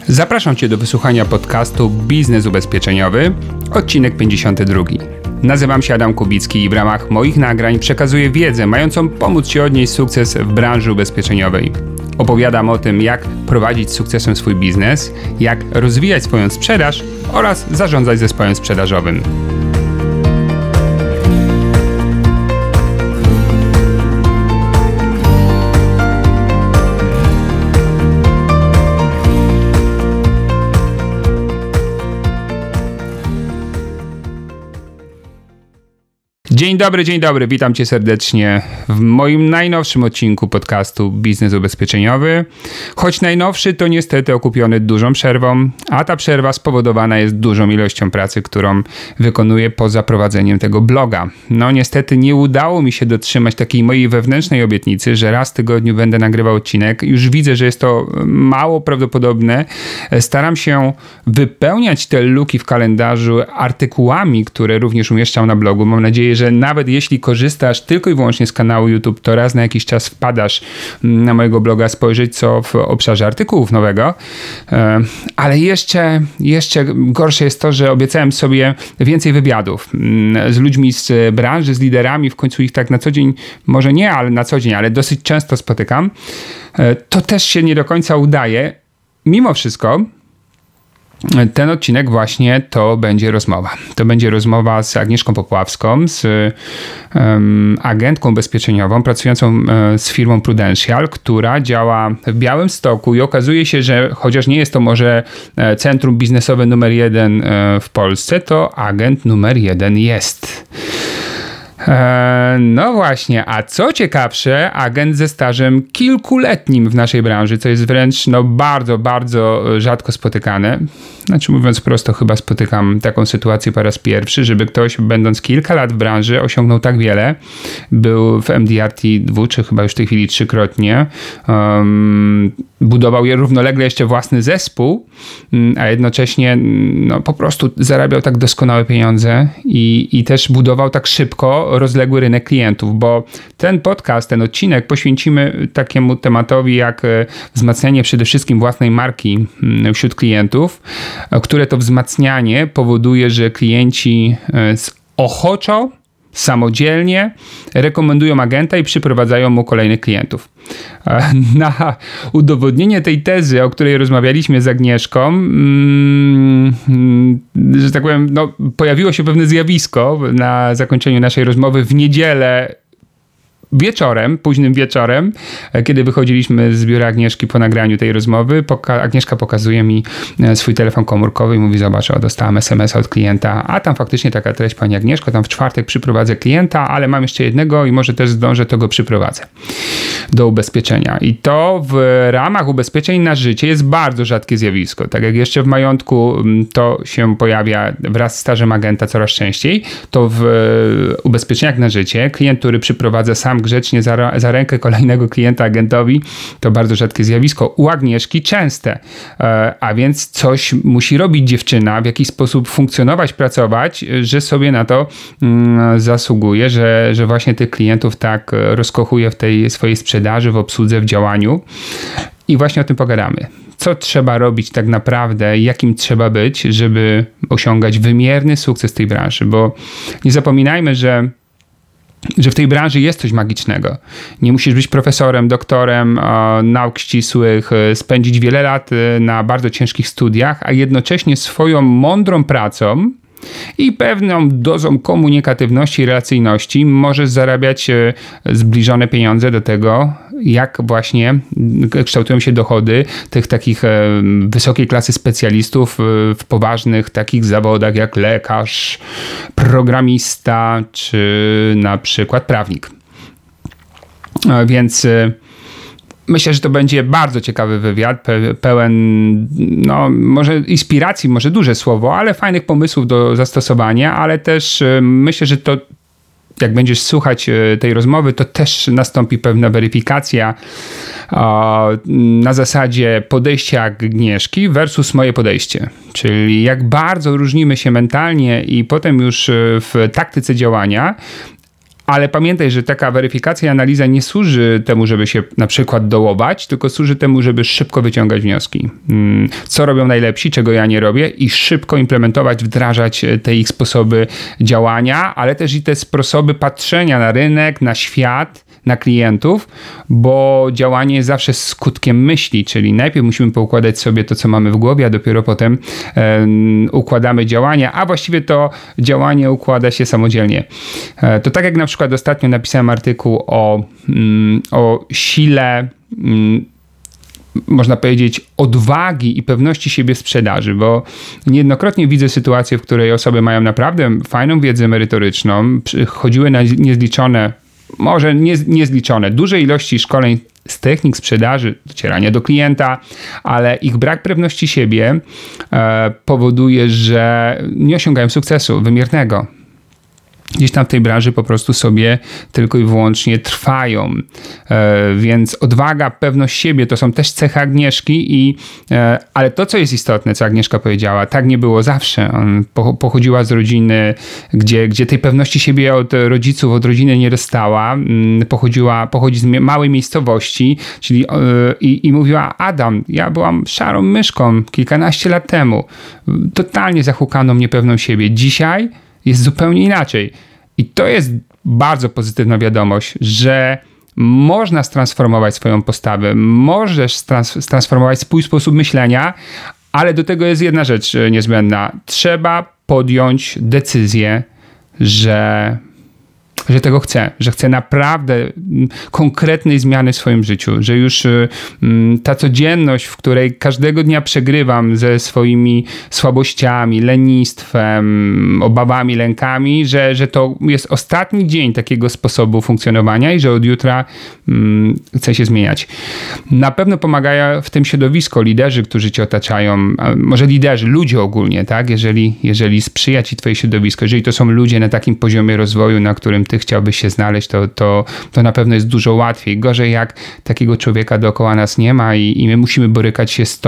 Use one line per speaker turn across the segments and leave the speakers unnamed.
Zapraszam Cię do wysłuchania podcastu Biznes Ubezpieczeniowy, odcinek 52. Nazywam się Adam Kubicki i w ramach moich nagrań przekazuję wiedzę mającą pomóc Ci odnieść sukces w branży ubezpieczeniowej. Opowiadam o tym, jak prowadzić z sukcesem swój biznes, jak rozwijać swoją sprzedaż oraz zarządzać zespołem sprzedażowym. Dzień dobry, witam Cię serdecznie w moim najnowszym odcinku podcastu Biznes Ubezpieczeniowy. Choć najnowszy, to niestety okupiony dużą przerwą, a ta przerwa spowodowana jest dużą ilością pracy, którą wykonuję poza prowadzeniem tego bloga. No niestety nie udało mi się dotrzymać takiej mojej wewnętrznej obietnicy, że raz w tygodniu będę nagrywał odcinek. Już widzę, że jest to mało prawdopodobne. Staram się wypełniać te luki w kalendarzu artykułami, które również umieszczam na blogu. Mam nadzieję, że nawet jeśli korzystasz tylko i wyłącznie z kanału YouTube, to raz na jakiś czas wpadasz na mojego bloga spojrzeć, co w obszarze artykułów nowego. Ale jeszcze gorsze jest to, że obiecałem sobie więcej wywiadów z ludźmi z branży, z liderami. W końcu ich tak na co dzień, może nie, ale na co dzień, ale dosyć często spotykam. To też się nie do końca udaje. Mimo wszystko ten odcinek właśnie to będzie rozmowa. To będzie rozmowa z Agnieszką Popławską, z agentką ubezpieczeniową pracującą z firmą Prudential, która działa w Białymstoku i okazuje się, że chociaż nie jest to może centrum biznesowe numer 1 w Polsce, to agent numer 1 jest. No właśnie, a co ciekawsze, agent ze stażem kilkuletnim w naszej branży, co jest wręcz bardzo rzadko spotykane. Znaczy mówiąc prosto, chyba spotykam taką sytuację po raz pierwszy, żeby ktoś, będąc kilka lat w branży, osiągnął tak wiele. Był w MDRT 2, czy chyba już w tej chwili 3-krotnie. Budował je równolegle jeszcze własny zespół, a jednocześnie po prostu zarabiał tak doskonałe pieniądze i też budował tak szybko rozległy rynek klientów, bo ten podcast, ten odcinek poświęcimy takiemu tematowi jak wzmacnianie przede wszystkim własnej marki wśród klientów, które to wzmacnianie powoduje, że klienci ochoczo, samodzielnie rekomendują agenta i przyprowadzają mu kolejnych klientów. Na udowodnienie tej tezy, o której rozmawialiśmy z Agnieszką, że tak powiem, pojawiło się pewne zjawisko na zakończeniu naszej rozmowy w niedzielę wieczorem, późnym wieczorem, kiedy wychodziliśmy z biura Agnieszki po nagraniu tej rozmowy, Agnieszka pokazuje mi swój telefon komórkowy i mówi: zobacz, dostałam SMS-a od klienta, a tam faktycznie taka treść: pani Agnieszko, tam w czwartek przyprowadzę klienta, ale mam jeszcze jednego i może też zdążę, to go przyprowadzę do ubezpieczenia. I to w ramach ubezpieczeń na życie jest bardzo rzadkie zjawisko. Tak jak jeszcze w majątku to się pojawia wraz z stażem agenta coraz częściej, to w ubezpieczeniach na życie klient, który przyprowadza sam grzecznie za rękę kolejnego klienta agentowi, to bardzo rzadkie zjawisko. U Agnieszki częste. A więc coś musi robić dziewczyna, w jakiś sposób funkcjonować, pracować, że sobie na to zasługuje, że właśnie tych klientów tak rozkochuje w tej swojej sprzedaży, w obsłudze, w działaniu. I właśnie o tym pogadamy. Co trzeba robić tak naprawdę, jakim trzeba być, żeby osiągać wymierny sukces tej branży, bo nie zapominajmy, że w tej branży jest coś magicznego. Nie musisz być profesorem, doktorem nauk ścisłych, spędzić wiele lat na bardzo ciężkich studiach, a jednocześnie swoją mądrą pracą i pewną dozą komunikatywności i relacyjności możesz zarabiać zbliżone pieniądze do tego, jak właśnie kształtują się dochody tych takich wysokiej klasy specjalistów w poważnych takich zawodach jak lekarz, programista czy na przykład prawnik. Więc myślę, że to będzie bardzo ciekawy wywiad, pełen może inspiracji, może duże słowo, ale fajnych pomysłów do zastosowania, ale też myślę, że to jak będziesz słuchać tej rozmowy, to też nastąpi pewna weryfikacja na zasadzie podejścia Agnieszki versus moje podejście. Czyli jak bardzo różnimy się mentalnie i potem już w taktyce działania, Ale pamiętaj, że taka weryfikacja i analiza nie służy temu, żeby się na przykład dołować, tylko służy temu, żeby szybko wyciągać wnioski. Co robią najlepsi, czego ja nie robię i szybko implementować, wdrażać te ich sposoby działania, ale też i te sposoby patrzenia na rynek, na świat, na klientów, bo działanie jest zawsze skutkiem myśli, czyli najpierw musimy poukładać sobie to, co mamy w głowie, a dopiero potem układamy działania, a właściwie to działanie układa się samodzielnie. To tak jak na przykład ostatnio napisałem artykuł o sile można powiedzieć, odwagi i pewności siebie w sprzedaży, bo niejednokrotnie widzę sytuację, w której osoby mają naprawdę fajną wiedzę merytoryczną, chodziły na niezliczone, może niezliczone, duże ilości szkoleń z technik sprzedaży, docierania do klienta, ale ich brak pewności siebie powoduje, że nie osiągają sukcesu wymiernego. Gdzieś tam w tej branży po prostu sobie tylko i wyłącznie trwają. Więc odwaga, pewność siebie to są też cechy Agnieszki, ale to, co jest istotne, co Agnieszka powiedziała, tak nie było zawsze. Pochodziła z rodziny, gdzie tej pewności siebie od rodziców, od rodziny nie dostała. Pochodzi z małej miejscowości, czyli i mówiła: Adam, ja byłam szarą myszką kilkanaście lat temu. Totalnie zahukano mnie pewną siebie. Dzisiaj jest zupełnie inaczej. I to jest bardzo pozytywna wiadomość, że można transformować swoją postawę, możesz transformować swój sposób myślenia, ale do tego jest jedna rzecz niezbędna. Trzeba podjąć decyzję, że tego chcę, że chcę naprawdę konkretnej zmiany w swoim życiu, że już ta codzienność, w której każdego dnia przegrywam ze swoimi słabościami, lenistwem, obawami, lękami, że to jest ostatni dzień takiego sposobu funkcjonowania i że od jutra chcę się zmieniać. Na pewno pomagają w tym środowisko, liderzy, którzy cię otaczają, może liderzy, ludzie ogólnie, tak? Jeżeli sprzyja ci twoje środowisko, jeżeli to są ludzie na takim poziomie rozwoju, na którym ty chciałbyś się znaleźć, to na pewno jest dużo łatwiej. Gorzej jak takiego człowieka dookoła nas nie ma i my musimy borykać się z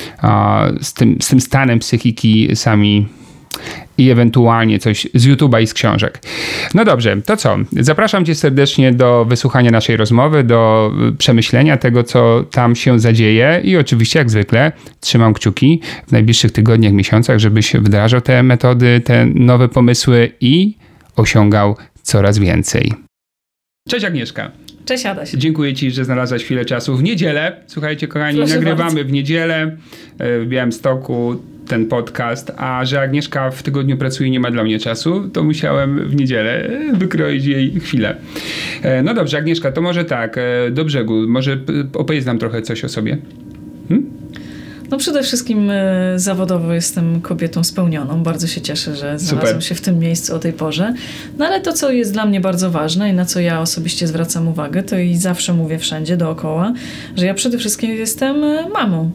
tym stanem psychiki sami i ewentualnie coś z YouTube'a i z książek. No dobrze, to co? Zapraszam cię serdecznie do wysłuchania naszej rozmowy, do przemyślenia tego, co tam się zadzieje i oczywiście, jak zwykle, trzymam kciuki w najbliższych tygodniach, miesiącach, żebyś wdrażał te metody, te nowe pomysły i osiągał coraz więcej. Cześć Agnieszka.
Cześć Adaś.
Dziękuję ci, że znalazłaś chwilę czasu w niedzielę. Słuchajcie kochani,
Proszę
nagrywamy
bardzo.
w niedzielę w Białymstoku ten podcast, a że Agnieszka w tygodniu pracuje i nie ma dla mnie czasu, to musiałem w niedzielę wykroić jej chwilę. No dobrze, Agnieszka, to może tak, do brzegu, może opowiedz nam trochę coś o sobie.
No przede wszystkim zawodowo jestem kobietą spełnioną. Bardzo się cieszę, że znalazłam się w tym miejscu o tej porze. No ale to, co jest dla mnie bardzo ważne i na co ja osobiście zwracam uwagę, to i zawsze mówię wszędzie dookoła, że ja przede wszystkim jestem mamą.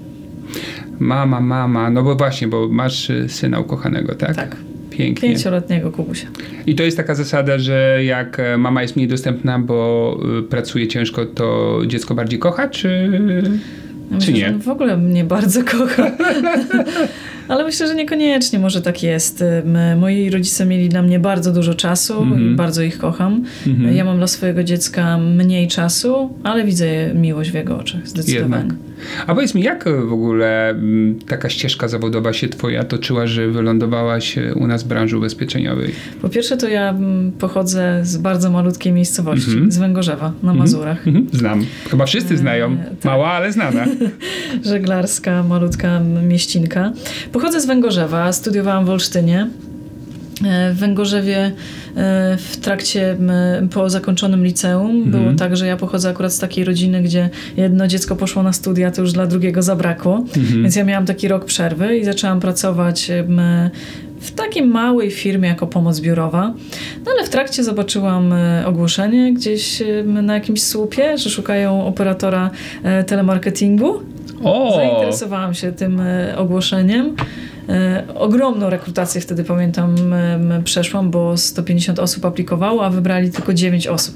Mama, no bo właśnie, bo masz syna ukochanego, tak?
Tak.
Pięknie.
5-letniego Kubusia.
I to jest taka zasada, że jak mama jest mniej dostępna, bo pracuje ciężko, to dziecko bardziej kocha, czy
Myślę,
nie?
że w ogóle mnie bardzo kocha. Ale myślę, że niekoniecznie może tak jest. Moi rodzice mieli dla mnie bardzo dużo czasu i bardzo ich kocham. Ja mam dla swojego dziecka mniej czasu, ale widzę miłość w jego oczach, zdecydowanie.
Jednak. A powiedz mi, jak w ogóle taka ścieżka zawodowa się twoja toczyła, że wylądowałaś u nas w branży ubezpieczeniowej?
Po pierwsze to ja pochodzę z bardzo malutkiej miejscowości, z Węgorzewa na Mazurach.
Znam. Chyba wszyscy znają.
Tak.
Mała, ale znana.
Żeglarska, malutka mieścinka. Pochodzę z Węgorzewa, studiowałam w Olsztynie. W Węgorzewie w trakcie, po zakończonym liceum było tak, że ja pochodzę akurat z takiej rodziny, gdzie jedno dziecko poszło na studia, to już dla drugiego zabrakło. Więc ja miałam taki rok przerwy i zaczęłam pracować w takiej małej firmie jako pomoc biurowa. No ale w trakcie zobaczyłam ogłoszenie gdzieś na jakimś słupie, że szukają operatora telemarketingu. Zainteresowałam się tym ogłoszeniem. Ogromną rekrutację wtedy, pamiętam, przeszłam, bo 150 osób aplikowało, a wybrali tylko 9 osób.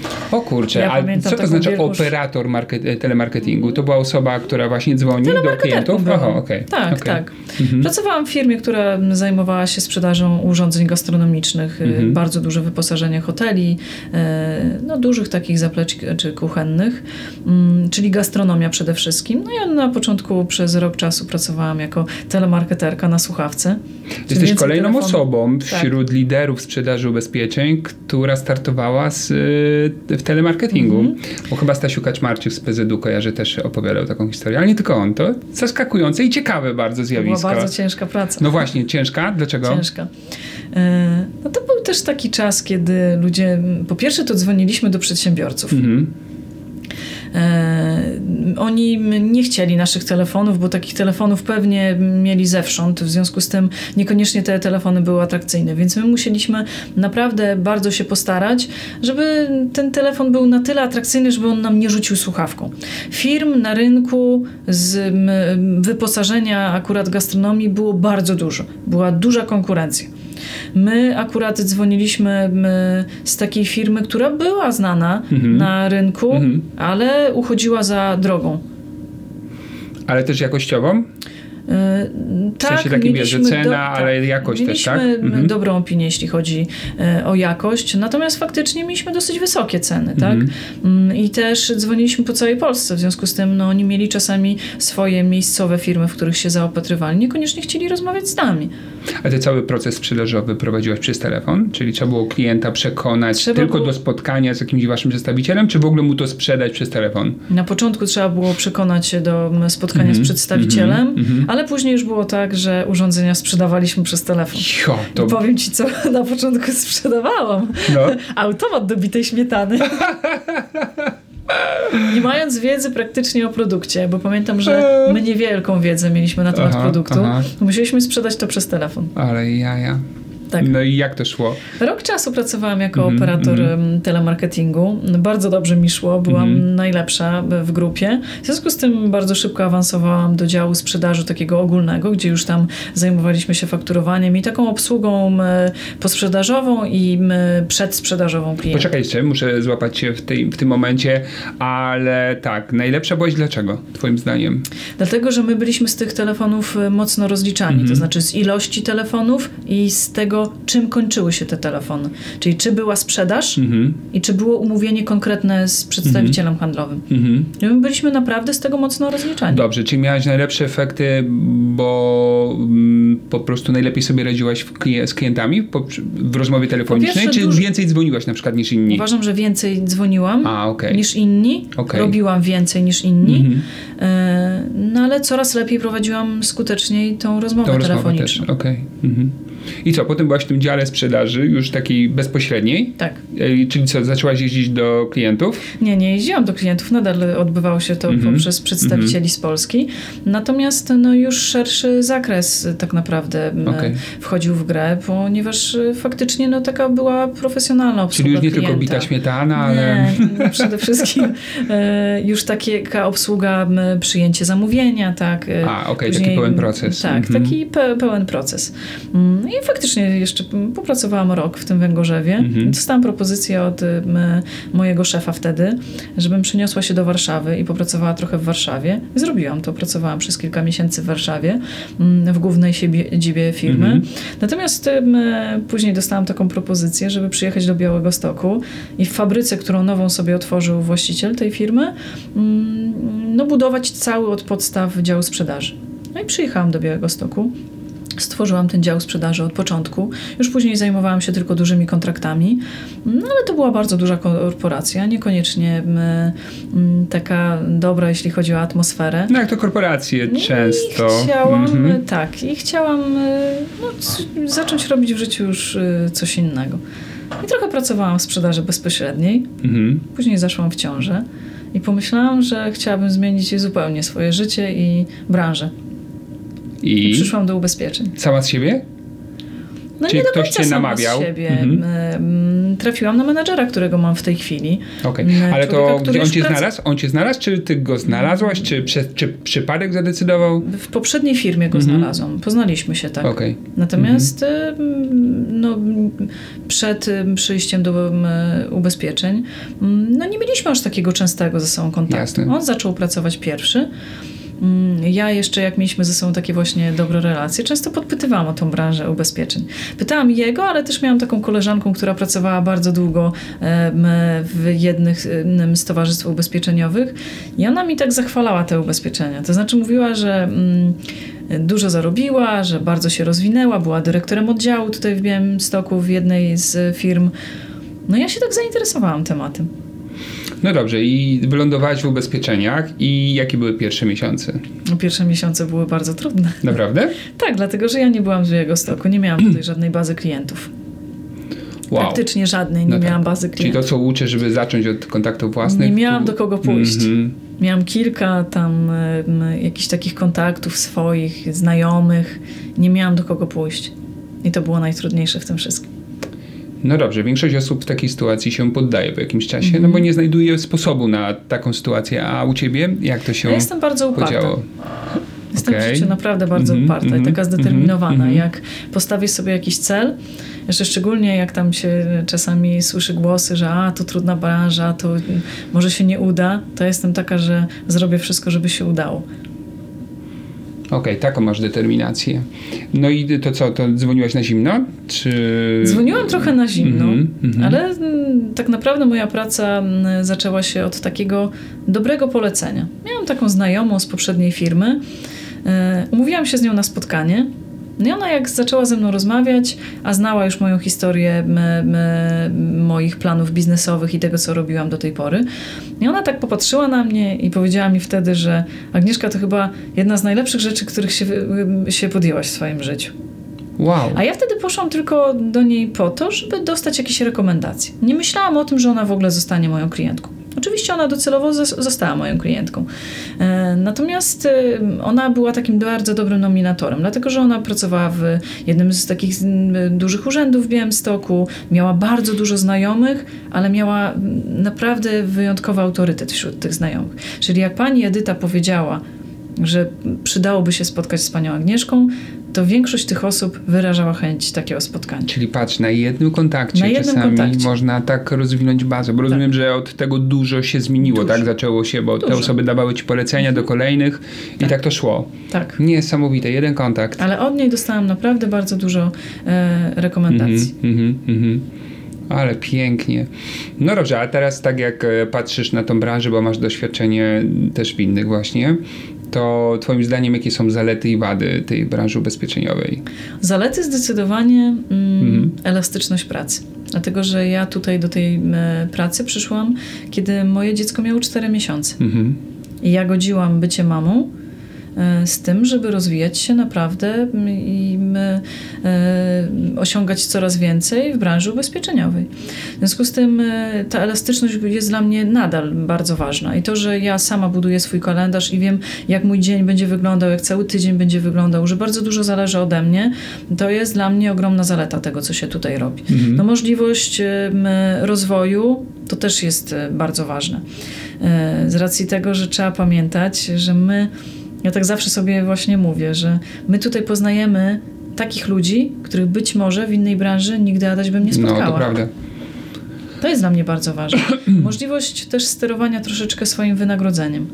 O kurczę,
Ja
a
pamiętam
co to
taką
znaczy
wielką
operator telemarketingu? To była osoba, która właśnie dzwoni do klientów?
byłam.
Aha, okej.
Tak,
okej.
tak. Pracowałam w firmie, która zajmowała się sprzedażą urządzeń gastronomicznych, bardzo duże wyposażenie hoteli, no dużych takich zaplecz czy kuchennych, czyli gastronomia przede wszystkim. No ja na początku przez rok czasu pracowałam jako telemarketerka na słuchawce.
Jesteś kolejną osobą wśród liderów sprzedaży ubezpieczeń, która startowała w telemarketingu. Bo chyba Stasiu Kaczmarczyk z PZU kojarzy, też opowiadał taką historię, ale nie tylko on. To zaskakujące i ciekawe bardzo zjawisko.
To była bardzo ciężka praca.
No właśnie, ciężka? Dlaczego?
Ciężka. No to był też taki czas, kiedy ludzie, po pierwsze to dzwoniliśmy do przedsiębiorców. Oni nie chcieli naszych telefonów, bo takich telefonów pewnie mieli zewsząd, w związku z tym niekoniecznie te telefony były atrakcyjne, więc my musieliśmy naprawdę bardzo się postarać, żeby ten telefon był na tyle atrakcyjny, żeby on nam nie rzucił słuchawką. Firm na rynku z wyposażenia akurat gastronomii było bardzo dużo. Była duża konkurencja. My akurat dzwoniliśmy z takiej firmy, która była znana na rynku, ale uchodziła za drogą.
Ale też jakościową? W sensie takim, że cena, ale jakość też, tak?
Mieliśmy dobrą opinię, jeśli chodzi o jakość, natomiast faktycznie mieliśmy dosyć wysokie ceny, tak? I też dzwoniliśmy po całej Polsce, w związku z tym oni mieli czasami swoje miejscowe firmy, w których się zaopatrywali, niekoniecznie chcieli rozmawiać z nami.
A ty cały proces sprzedażowy prowadziłaś przez telefon? Czyli trzeba było klienta przekonać do spotkania z jakimś waszym przedstawicielem, czy w ogóle mu to sprzedać przez telefon?
Na początku trzeba było przekonać się do spotkania z przedstawicielem, ale później już było tak, że urządzenia sprzedawaliśmy przez telefon. I powiem ci, co na początku sprzedawałam. No. Automat do bitej śmietany. Nie mając wiedzy praktycznie o produkcie, bo pamiętam, że my niewielką wiedzę mieliśmy na temat produktu, musieliśmy sprzedać to przez telefon.
Ale jaja. Tak. No i jak to szło?
Rok czasu pracowałam jako operator telemarketingu. Bardzo dobrze mi szło, byłam najlepsza w grupie. W związku z tym bardzo szybko awansowałam do działu sprzedaży takiego ogólnego, gdzie już tam zajmowaliśmy się fakturowaniem i taką obsługą posprzedażową i przedsprzedażową klientów.
Poczekaj jeszcze, muszę złapać się w tym momencie, ale tak, najlepsza byłaś dlaczego, twoim zdaniem?
Dlatego, że my byliśmy z tych telefonów mocno rozliczani, to znaczy z ilości telefonów i z tego, czym kończyły się te telefony. Czyli czy była sprzedaż i czy było umówienie konkretne z przedstawicielem handlowym. I my byliśmy naprawdę z tego mocno rozliczani.
Dobrze, czyli miałaś najlepsze efekty, bo po prostu najlepiej sobie radziłaś z klientami w rozmowie telefonicznej, czy więcej dzwoniłaś na przykład niż inni?
Uważam, że więcej dzwoniłam niż inni. Robiłam więcej niż inni. No ale coraz lepiej prowadziłam skuteczniej tą rozmowę telefoniczną.
I co, potem byłaś w tym dziale sprzedaży, już takiej bezpośredniej?
Tak.
Czyli co, zaczęłaś jeździć do klientów?
Nie jeździłam do klientów, nadal odbywało się to poprzez przedstawicieli z Polski. Natomiast już szerszy zakres tak naprawdę wchodził w grę, ponieważ faktycznie taka była profesjonalna obsługa
Czyli już nie
klienta.
tylko bita śmietana, ale...
Nie, przede wszystkim już taka obsługa, przyjęcie zamówienia, tak.
Później, taki pełen proces.
Tak, taki pełen proces. I faktycznie jeszcze popracowałam rok w tym Węgorzewie. Dostałam propozycję od mojego szefa wtedy, żebym przeniosła się do Warszawy i popracowała trochę w Warszawie. Zrobiłam to, pracowałam przez kilka miesięcy w Warszawie, w głównej siedzibie firmy. Natomiast później dostałam taką propozycję, żeby przyjechać do Białegostoku i w fabryce, którą nową sobie otworzył właściciel tej firmy, budować cały od podstaw dział sprzedaży. No i przyjechałam do Białegostoku. Stworzyłam ten dział sprzedaży od początku. Już później zajmowałam się tylko dużymi kontraktami, ale to była bardzo duża korporacja, niekoniecznie taka dobra, jeśli chodzi o atmosferę.
No jak to korporacje często.
I chciałam zacząć robić w życiu już coś innego. I trochę pracowałam w sprzedaży bezpośredniej. Później zaszłam w ciążę i pomyślałam, że chciałabym zmienić zupełnie swoje życie i branżę. I przyszłam do ubezpieczeń.
Sama z siebie?
No
czyli
nie do
ktoś cię namawiał?
Z siebie. trafiłam na menadżera, którego mam w tej chwili.
Okej. Ale to gdzie on cię znalazł? On cię znalazł, czy ty go znalazłaś, czy przypadek zadecydował?
W poprzedniej firmie go znalazłam. Poznaliśmy się, tak.
Okay.
Natomiast no, przed przyjściem do ubezpieczeń no, nie mieliśmy aż takiego częstego ze sobą kontaktu.
Jasne.
On zaczął pracować pierwszy. Ja jeszcze, jak mieliśmy ze sobą takie właśnie dobre relacje, często podpytywałam o tą branżę ubezpieczeń. Pytałam jego, ale też miałam taką koleżanką, która pracowała bardzo długo w jednym z towarzystw ubezpieczeniowych i ona mi tak zachwalała te ubezpieczenia. To znaczy mówiła, że dużo zarobiła, że bardzo się rozwinęła, była dyrektorem oddziału tutaj w Białymstoku w jednej z firm. No ja się tak zainteresowałam tematem.
No dobrze, i wylądowałaś w ubezpieczeniach i jakie były pierwsze miesiące?
Pierwsze miesiące były bardzo trudne.
Naprawdę?
Tak, dlatego że ja nie byłam z Białegostoku, nie miałam tutaj żadnej bazy klientów.
Wow.
Praktycznie żadnej, nie miałam bazy klientów.
Czyli to, co uczę, żeby zacząć od kontaktów własnych?
Nie miałam do kogo pójść. Miałam kilka tam jakichś takich kontaktów swoich, znajomych. Nie miałam do kogo pójść. I to było najtrudniejsze w tym wszystkim.
No dobrze, większość osób w takiej sytuacji się poddaje po jakimś czasie, no bo nie znajduje sposobu na taką sytuację. A u ciebie jak to się
Ja jestem bardzo uparta.
podziało?
Jestem w życiu naprawdę bardzo uparta i taka zdeterminowana. Jak postawię sobie jakiś cel, jeszcze szczególnie jak tam się czasami słyszy głosy, że to trudna branża, to może się nie uda, to jestem taka, że zrobię wszystko, żeby się udało.
Okej, taką masz determinację. No i to co, to dzwoniłaś na zimno? Czy...
Dzwoniłam trochę na zimno, ale tak naprawdę moja praca zaczęła się od takiego dobrego polecenia. Miałam taką znajomą z poprzedniej firmy, umówiłam się z nią na spotkanie. No i ona jak zaczęła ze mną rozmawiać, a znała już moją historię moich planów biznesowych i tego, co robiłam do tej pory. I ona tak popatrzyła na mnie i powiedziała mi wtedy, że Agnieszka, to chyba jedna z najlepszych rzeczy, których się podjęłaś w swoim życiu.
Wow.
A ja wtedy poszłam tylko do niej po to, żeby dostać jakieś rekomendacje. Nie myślałam o tym, że ona w ogóle zostanie moją klientką. Oczywiście ona docelowo została moją klientką. Natomiast ona była takim bardzo dobrym nominatorem, dlatego że ona pracowała w jednym z takich dużych urzędów w Białymstoku, miała bardzo dużo znajomych, ale miała naprawdę wyjątkowy autorytet wśród tych znajomych. Czyli jak pani Edyta powiedziała, że przydałoby się spotkać z panią Agnieszką, to większość tych osób wyrażała chęć takiego spotkania.
Czyli patrz, na jednym kontakcie można tak rozwinąć bazę, bo rozumiem, że od tego dużo się zmieniło, tak? Zaczęło się, bo te osoby dawały ci polecenia do kolejnych i tak to szło.
Tak.
Niesamowite, jeden kontakt.
Ale od niej dostałam naprawdę bardzo dużo rekomendacji.
Ale pięknie. No dobrze, a teraz tak jak patrzysz na tą branżę, bo masz doświadczenie też w innych właśnie, to twoim zdaniem jakie są zalety i wady tej branży ubezpieczeniowej? Zalety
zdecydowanie elastyczność pracy. Dlatego, że ja tutaj do tej pracy przyszłam, kiedy moje dziecko miało 4 miesiące. I ja godziłam bycie mamą z tym, żeby rozwijać się naprawdę i osiągać coraz więcej w branży ubezpieczeniowej. W związku z tym ta elastyczność jest dla mnie nadal bardzo ważna. I to, że ja sama buduję swój kalendarz i wiem, jak mój dzień będzie wyglądał, jak cały tydzień będzie wyglądał, że bardzo dużo zależy ode mnie, to jest dla mnie ogromna zaleta tego, co się tutaj robi. No, możliwość rozwoju to też jest bardzo ważne. Z racji tego, że trzeba pamiętać, że ja tak zawsze sobie właśnie mówię, że my tutaj poznajemy takich ludzi, których być może w innej branży nigdy Adaś bym nie spotkała.
No, to prawda.
To jest dla mnie bardzo ważne. Możliwość też sterowania troszeczkę swoim wynagrodzeniem.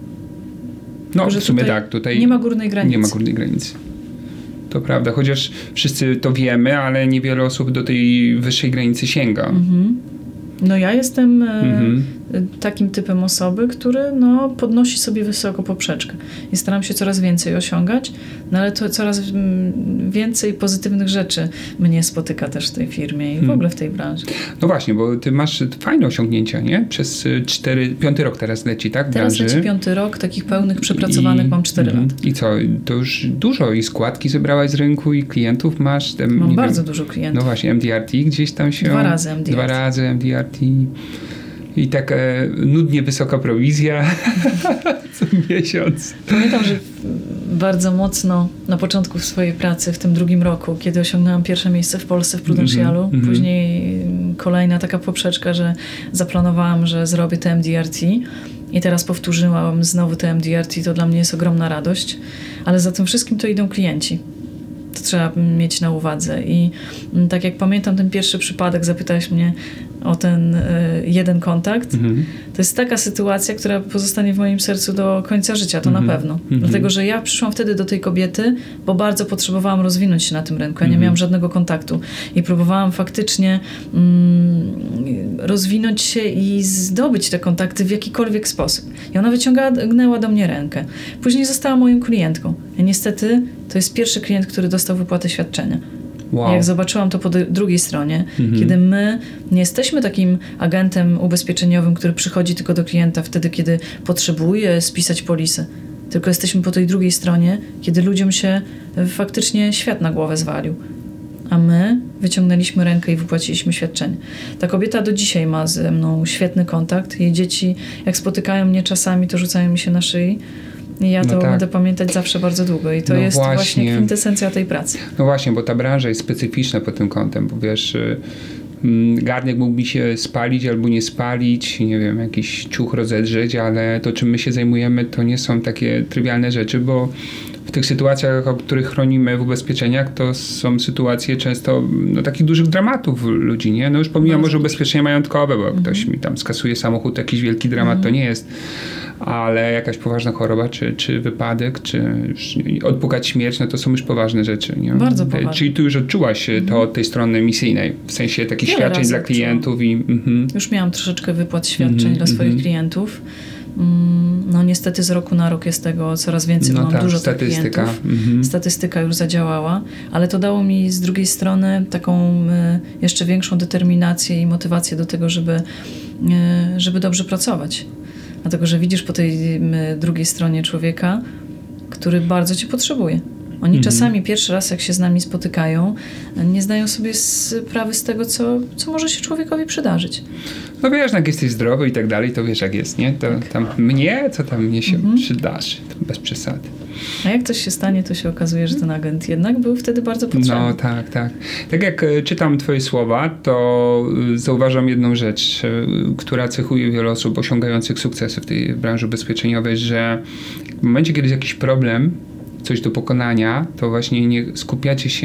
No, w sumie tak. Tutaj
nie ma górnej granicy.
Nie ma górnej granicy. To prawda, chociaż wszyscy to wiemy, ale niewiele osób do tej wyższej granicy sięga.
No ja jestem takim typem osoby, który podnosi sobie wysoko poprzeczkę i staram się coraz więcej osiągać, ale to coraz więcej pozytywnych rzeczy mnie spotyka też w tej firmie i w ogóle w tej branży.
No właśnie, bo ty masz fajne osiągnięcia, nie? Przez 5 rok teraz leci, tak? W
teraz
branży.
Leci 5 rok, takich pełnych, przepracowanych mam 4 lata.
I co? To już dużo i składki zebrałaś z rynku i klientów masz?
Mam bardzo dużo klientów.
No właśnie, MDRT gdzieś tam się...
2 razy MDRT.
2 razy MDRT. I tak nudnie wysoka prowizja co miesiąc.
Pamiętam, że bardzo mocno na początku swojej pracy w tym 2 roku, kiedy osiągnęłam pierwsze miejsce w Polsce w Prudentialu, później kolejna taka poprzeczka, że zaplanowałam, że zrobię TMDRT i teraz powtórzyłam znowu TMDRT, to dla mnie jest ogromna radość, ale za tym wszystkim to idą klienci. To trzeba mieć na uwadze. I tak jak pamiętam ten pierwszy przypadek, zapytałeś mnie o ten jeden kontakt. To jest taka sytuacja, która pozostanie w moim sercu do końca życia, to na pewno. Dlatego, że ja przyszłam wtedy do tej kobiety, bo bardzo potrzebowałam rozwinąć się na tym rynku. Ja nie miałam żadnego kontaktu i próbowałam faktycznie rozwinąć się i zdobyć te kontakty w jakikolwiek sposób. I ona wyciągnęła do mnie rękę. Później została moją klientką. I niestety to jest pierwszy klient, który dostał wypłatę świadczenia. Wow. Jak zobaczyłam to po drugiej stronie, kiedy my nie jesteśmy takim agentem ubezpieczeniowym, który przychodzi tylko do klienta wtedy, kiedy potrzebuje spisać polisę. Tylko jesteśmy po tej drugiej stronie, kiedy ludziom się faktycznie świat na głowę zwalił. A my wyciągnęliśmy rękę i wypłaciliśmy świadczenie. Ta kobieta do dzisiaj ma ze mną świetny kontakt. Jej dzieci, jak spotykają mnie czasami, to rzucają mi się na szyi. I ja to będę pamiętać zawsze bardzo długo. I to jest właśnie kwintesencja tej pracy.
No właśnie, bo ta branża jest specyficzna pod tym kątem, bo wiesz, garnek mógłby się spalić albo nie spalić, nie wiem, jakiś ciuch rozedrzeć, ale to, czym my się zajmujemy, to nie są takie trywialne rzeczy, bo w tych sytuacjach, o których chronimy w ubezpieczeniach, to są sytuacje często takich dużych dramatów ludzi, nie? No już pomijam może ubezpieczenie majątkowe, bo ktoś mi tam skasuje samochód, jakiś wielki dramat to nie jest, ale jakaś poważna choroba, czy wypadek, czy odpukać śmierć, no to są już poważne rzeczy. Nie?
Bardzo poważne.
Czyli tu już odczułaś to od tej strony misyjnej, w sensie takich świadczeń dla klientów.
Już miałam troszeczkę wypłat świadczeń dla swoich klientów. No niestety z roku na rok jest tego coraz więcej, mam dużo tych klientów. Statystyka już zadziałała, ale to dało mi z drugiej strony taką jeszcze większą determinację i motywację do tego, żeby dobrze pracować. Dlatego, że widzisz po tej drugiej stronie człowieka, który bardzo cię potrzebuje. Oni czasami pierwszy raz, jak się z nami spotykają, nie zdają sobie sprawy z tego, co może się człowiekowi przydarzyć.
No wiesz, jak jesteś zdrowy i tak dalej, to wiesz, jak jest, nie? To tam co tam mnie się przydarzy, to bez przesady.
A jak coś się stanie, to się okazuje, że ten agent jednak był wtedy bardzo potrzebny.
No tak. Tak jak czytam twoje słowa, to zauważam jedną rzecz, która cechuje wiele osób osiągających sukcesy w tej branży ubezpieczeniowej, że w momencie, kiedy jest jakiś problem, coś do pokonania, to właśnie nie skupiacie się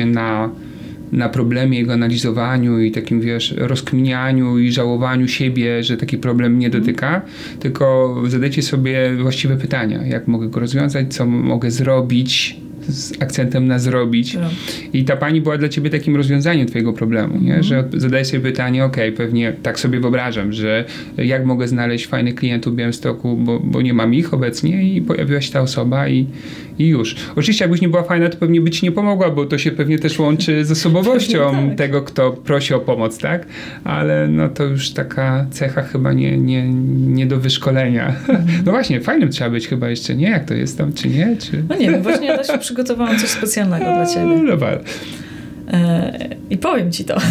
na problemie, jego analizowaniu i takim, wiesz, rozkminianiu i żałowaniu siebie, że taki problem nie dotyka, tylko zadajcie sobie właściwe pytania. Jak mogę go rozwiązać, co mogę zrobić, z akcentem na zrobić. I ta pani była dla ciebie takim rozwiązaniem twojego problemu, nie? Że zadaję sobie pytanie, pewnie tak sobie wyobrażam, że jak mogę znaleźć fajnych klientów w Białymstoku, bo nie mam ich obecnie i pojawiła się ta osoba i już. Oczywiście jakbyś nie była fajna, to pewnie by ci nie pomogła, bo to się pewnie też łączy z osobowością tego, kto prosi o pomoc, tak? Ale no to już taka cecha chyba nie do wyszkolenia. No właśnie, fajnym trzeba być chyba jeszcze, nie? Jak to jest tam, czy nie?
No nie wiem, właśnie ja też przygotowałam coś specjalnego dla ciebie.
Dobra.
I powiem ci to.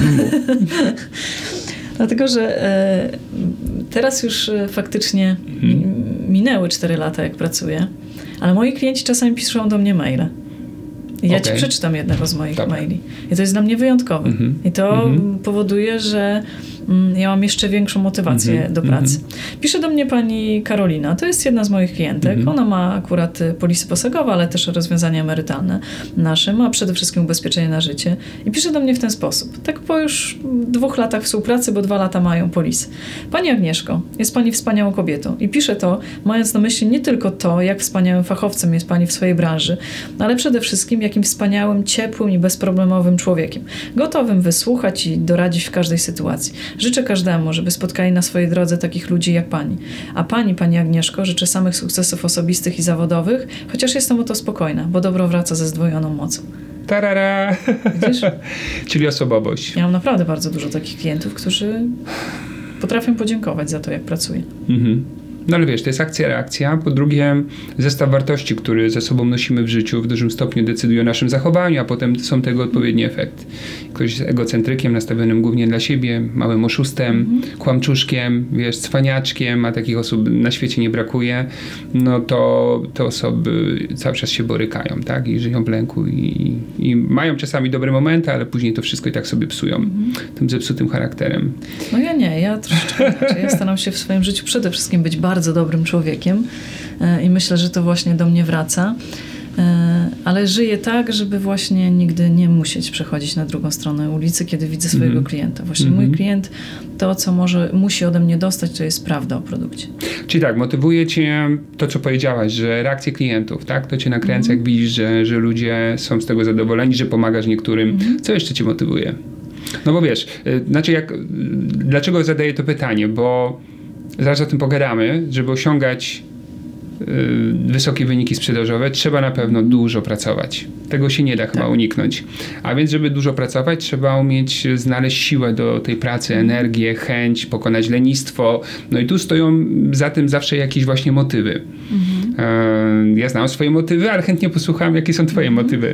Dlatego, że teraz już faktycznie minęły 4 lata, jak pracuję, ale moi klienci czasami piszą do mnie maile. I ja ci przeczytam jednego z moich maili. I to jest dla mnie wyjątkowe. I to powoduje, że ja mam jeszcze większą motywację do pracy. Pisze do mnie pani Karolina, to jest jedna z moich klientek. Ona ma akurat polisy posagowe, ale też rozwiązania emerytalne nasze. Ma przede wszystkim ubezpieczenie na życie. I pisze do mnie w ten sposób. Tak po już 2 latach współpracy, bo 2 lata mają polisy. Pani Agnieszko, jest pani wspaniałą kobietą. I pisze to, mając na myśli nie tylko to, jak wspaniałym fachowcem jest pani w swojej branży, ale przede wszystkim jakim wspaniałym, ciepłym i bezproblemowym człowiekiem. Gotowym wysłuchać i doradzić w każdej sytuacji. Życzę każdemu, żeby spotkali na swojej drodze takich ludzi jak pani. A pani Agnieszko, życzę samych sukcesów osobistych i zawodowych, chociaż jestem o to spokojna, bo dobro wraca ze zdwojoną mocą.
Tarara!
Widzisz?
Czyli osobowość.
Ja mam naprawdę bardzo dużo takich klientów, którzy potrafią podziękować za to, jak pracuję.
No ale wiesz, to jest akcja, reakcja. Po drugie, zestaw wartości, który ze sobą nosimy w życiu, w dużym stopniu decyduje o naszym zachowaniu, a potem są tego odpowiedni efekt. Ktoś jest egocentrykiem, nastawionym głównie dla siebie, małym oszustem, kłamczuszkiem, wiesz, cwaniaczkiem, a takich osób na świecie nie brakuje, no to te osoby cały czas się borykają, tak? I żyją w lęku i mają czasami dobre momenty, ale później to wszystko i tak sobie psują tym zepsutym charakterem.
No ja nie, ja troszeczkę inaczej. Ja staram się w swoim życiu przede wszystkim być bardzo dobrym człowiekiem i myślę, że to właśnie do mnie wraca. Ale żyję tak, żeby właśnie nigdy nie musieć przechodzić na drugą stronę ulicy, kiedy widzę swojego klienta. Właśnie mój klient, to co musi ode mnie dostać, to jest prawda o produkcie.
Czyli tak, motywuje cię to, co powiedziałaś, że reakcje klientów, tak? To cię nakręca, jak widzisz, że ludzie są z tego zadowoleni, że pomagasz niektórym. Co jeszcze cię motywuje? No bo wiesz, dlaczego zadaję to pytanie? Bo zaraz o tym pogadamy, żeby osiągać wysokie wyniki sprzedażowe, trzeba na pewno dużo pracować. Tego się nie da chyba uniknąć. A więc, żeby dużo pracować, trzeba umieć znaleźć siłę do tej pracy, energię, chęć, pokonać lenistwo. No i tu stoją za tym zawsze jakieś właśnie motywy. Ja znam swoje motywy, ale chętnie posłucham, jakie są twoje motywy.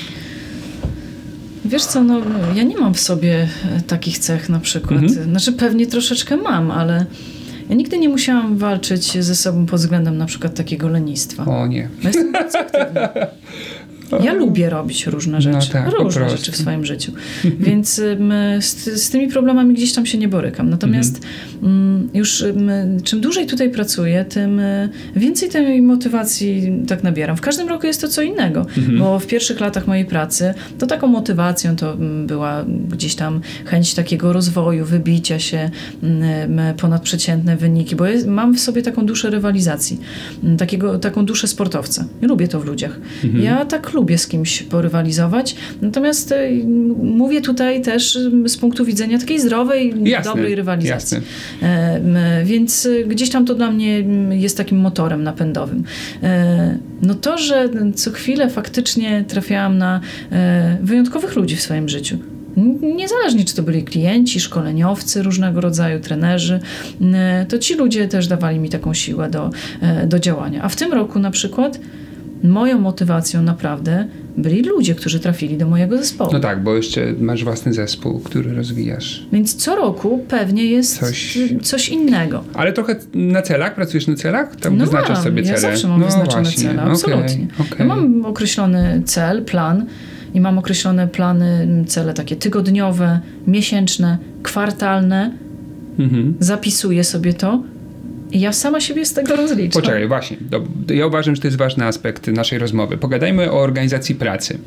Wiesz co, no ja nie mam w sobie takich cech na przykład. Znaczy pewnie troszeczkę mam, ale ja nigdy nie musiałam walczyć ze sobą pod względem na przykład takiego lenistwa.
O nie.
Ja jestem bardzo aktywna. Ja lubię robić różne rzeczy. Różne rzeczy w swoim życiu. Więc z tymi problemami gdzieś tam się nie borykam. Natomiast czym dłużej tutaj pracuję, tym więcej tej motywacji tak nabieram. W każdym roku jest to co innego. Bo w pierwszych latach mojej pracy to taką motywacją to była gdzieś tam chęć takiego rozwoju, wybicia się, ponadprzeciętne wyniki. Bo mam w sobie taką duszę rywalizacji. Taką duszę sportowca. Lubię to w ludziach. Ja tak lubię z kimś porywalizować. Natomiast mówię tutaj też z punktu widzenia takiej zdrowej, dobrej rywalizacji. Więc gdzieś tam to dla mnie jest takim motorem napędowym. No to, że co chwilę faktycznie trafiałam na wyjątkowych ludzi w swoim życiu. Niezależnie, czy to byli klienci, szkoleniowcy różnego rodzaju, trenerzy, to ci ludzie też dawali mi taką siłę do działania. A w tym roku na przykład moją motywacją naprawdę byli ludzie, którzy trafili do mojego zespołu.
No tak, bo jeszcze masz własny zespół, który rozwijasz.
Więc co roku pewnie jest coś innego.
Ale trochę na celach? Pracujesz na celach? Tam wyznaczasz sobie cele?
Ja zawsze mam wyznaczone cele, absolutnie. Okay. Ja mam określony cel, plan i mam określone cele takie tygodniowe, miesięczne, kwartalne. Zapisuję sobie to. I ja sama siebie z tego rozliczam.
Poczekaj, właśnie. Ja uważam, że to jest ważny aspekt naszej rozmowy. Pogadajmy o organizacji pracy.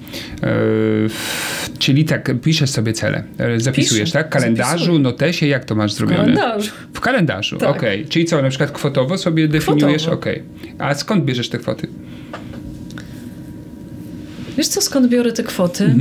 Czyli tak, piszesz sobie cele. Zapisujesz, tak? W kalendarzu, notesie, jak to masz zrobione? W kalendarzu, tak. Okej. Czyli co, na przykład kwotowo sobie definiujesz? Okej. A skąd bierzesz te kwoty?
Wiesz co, skąd biorę te kwoty?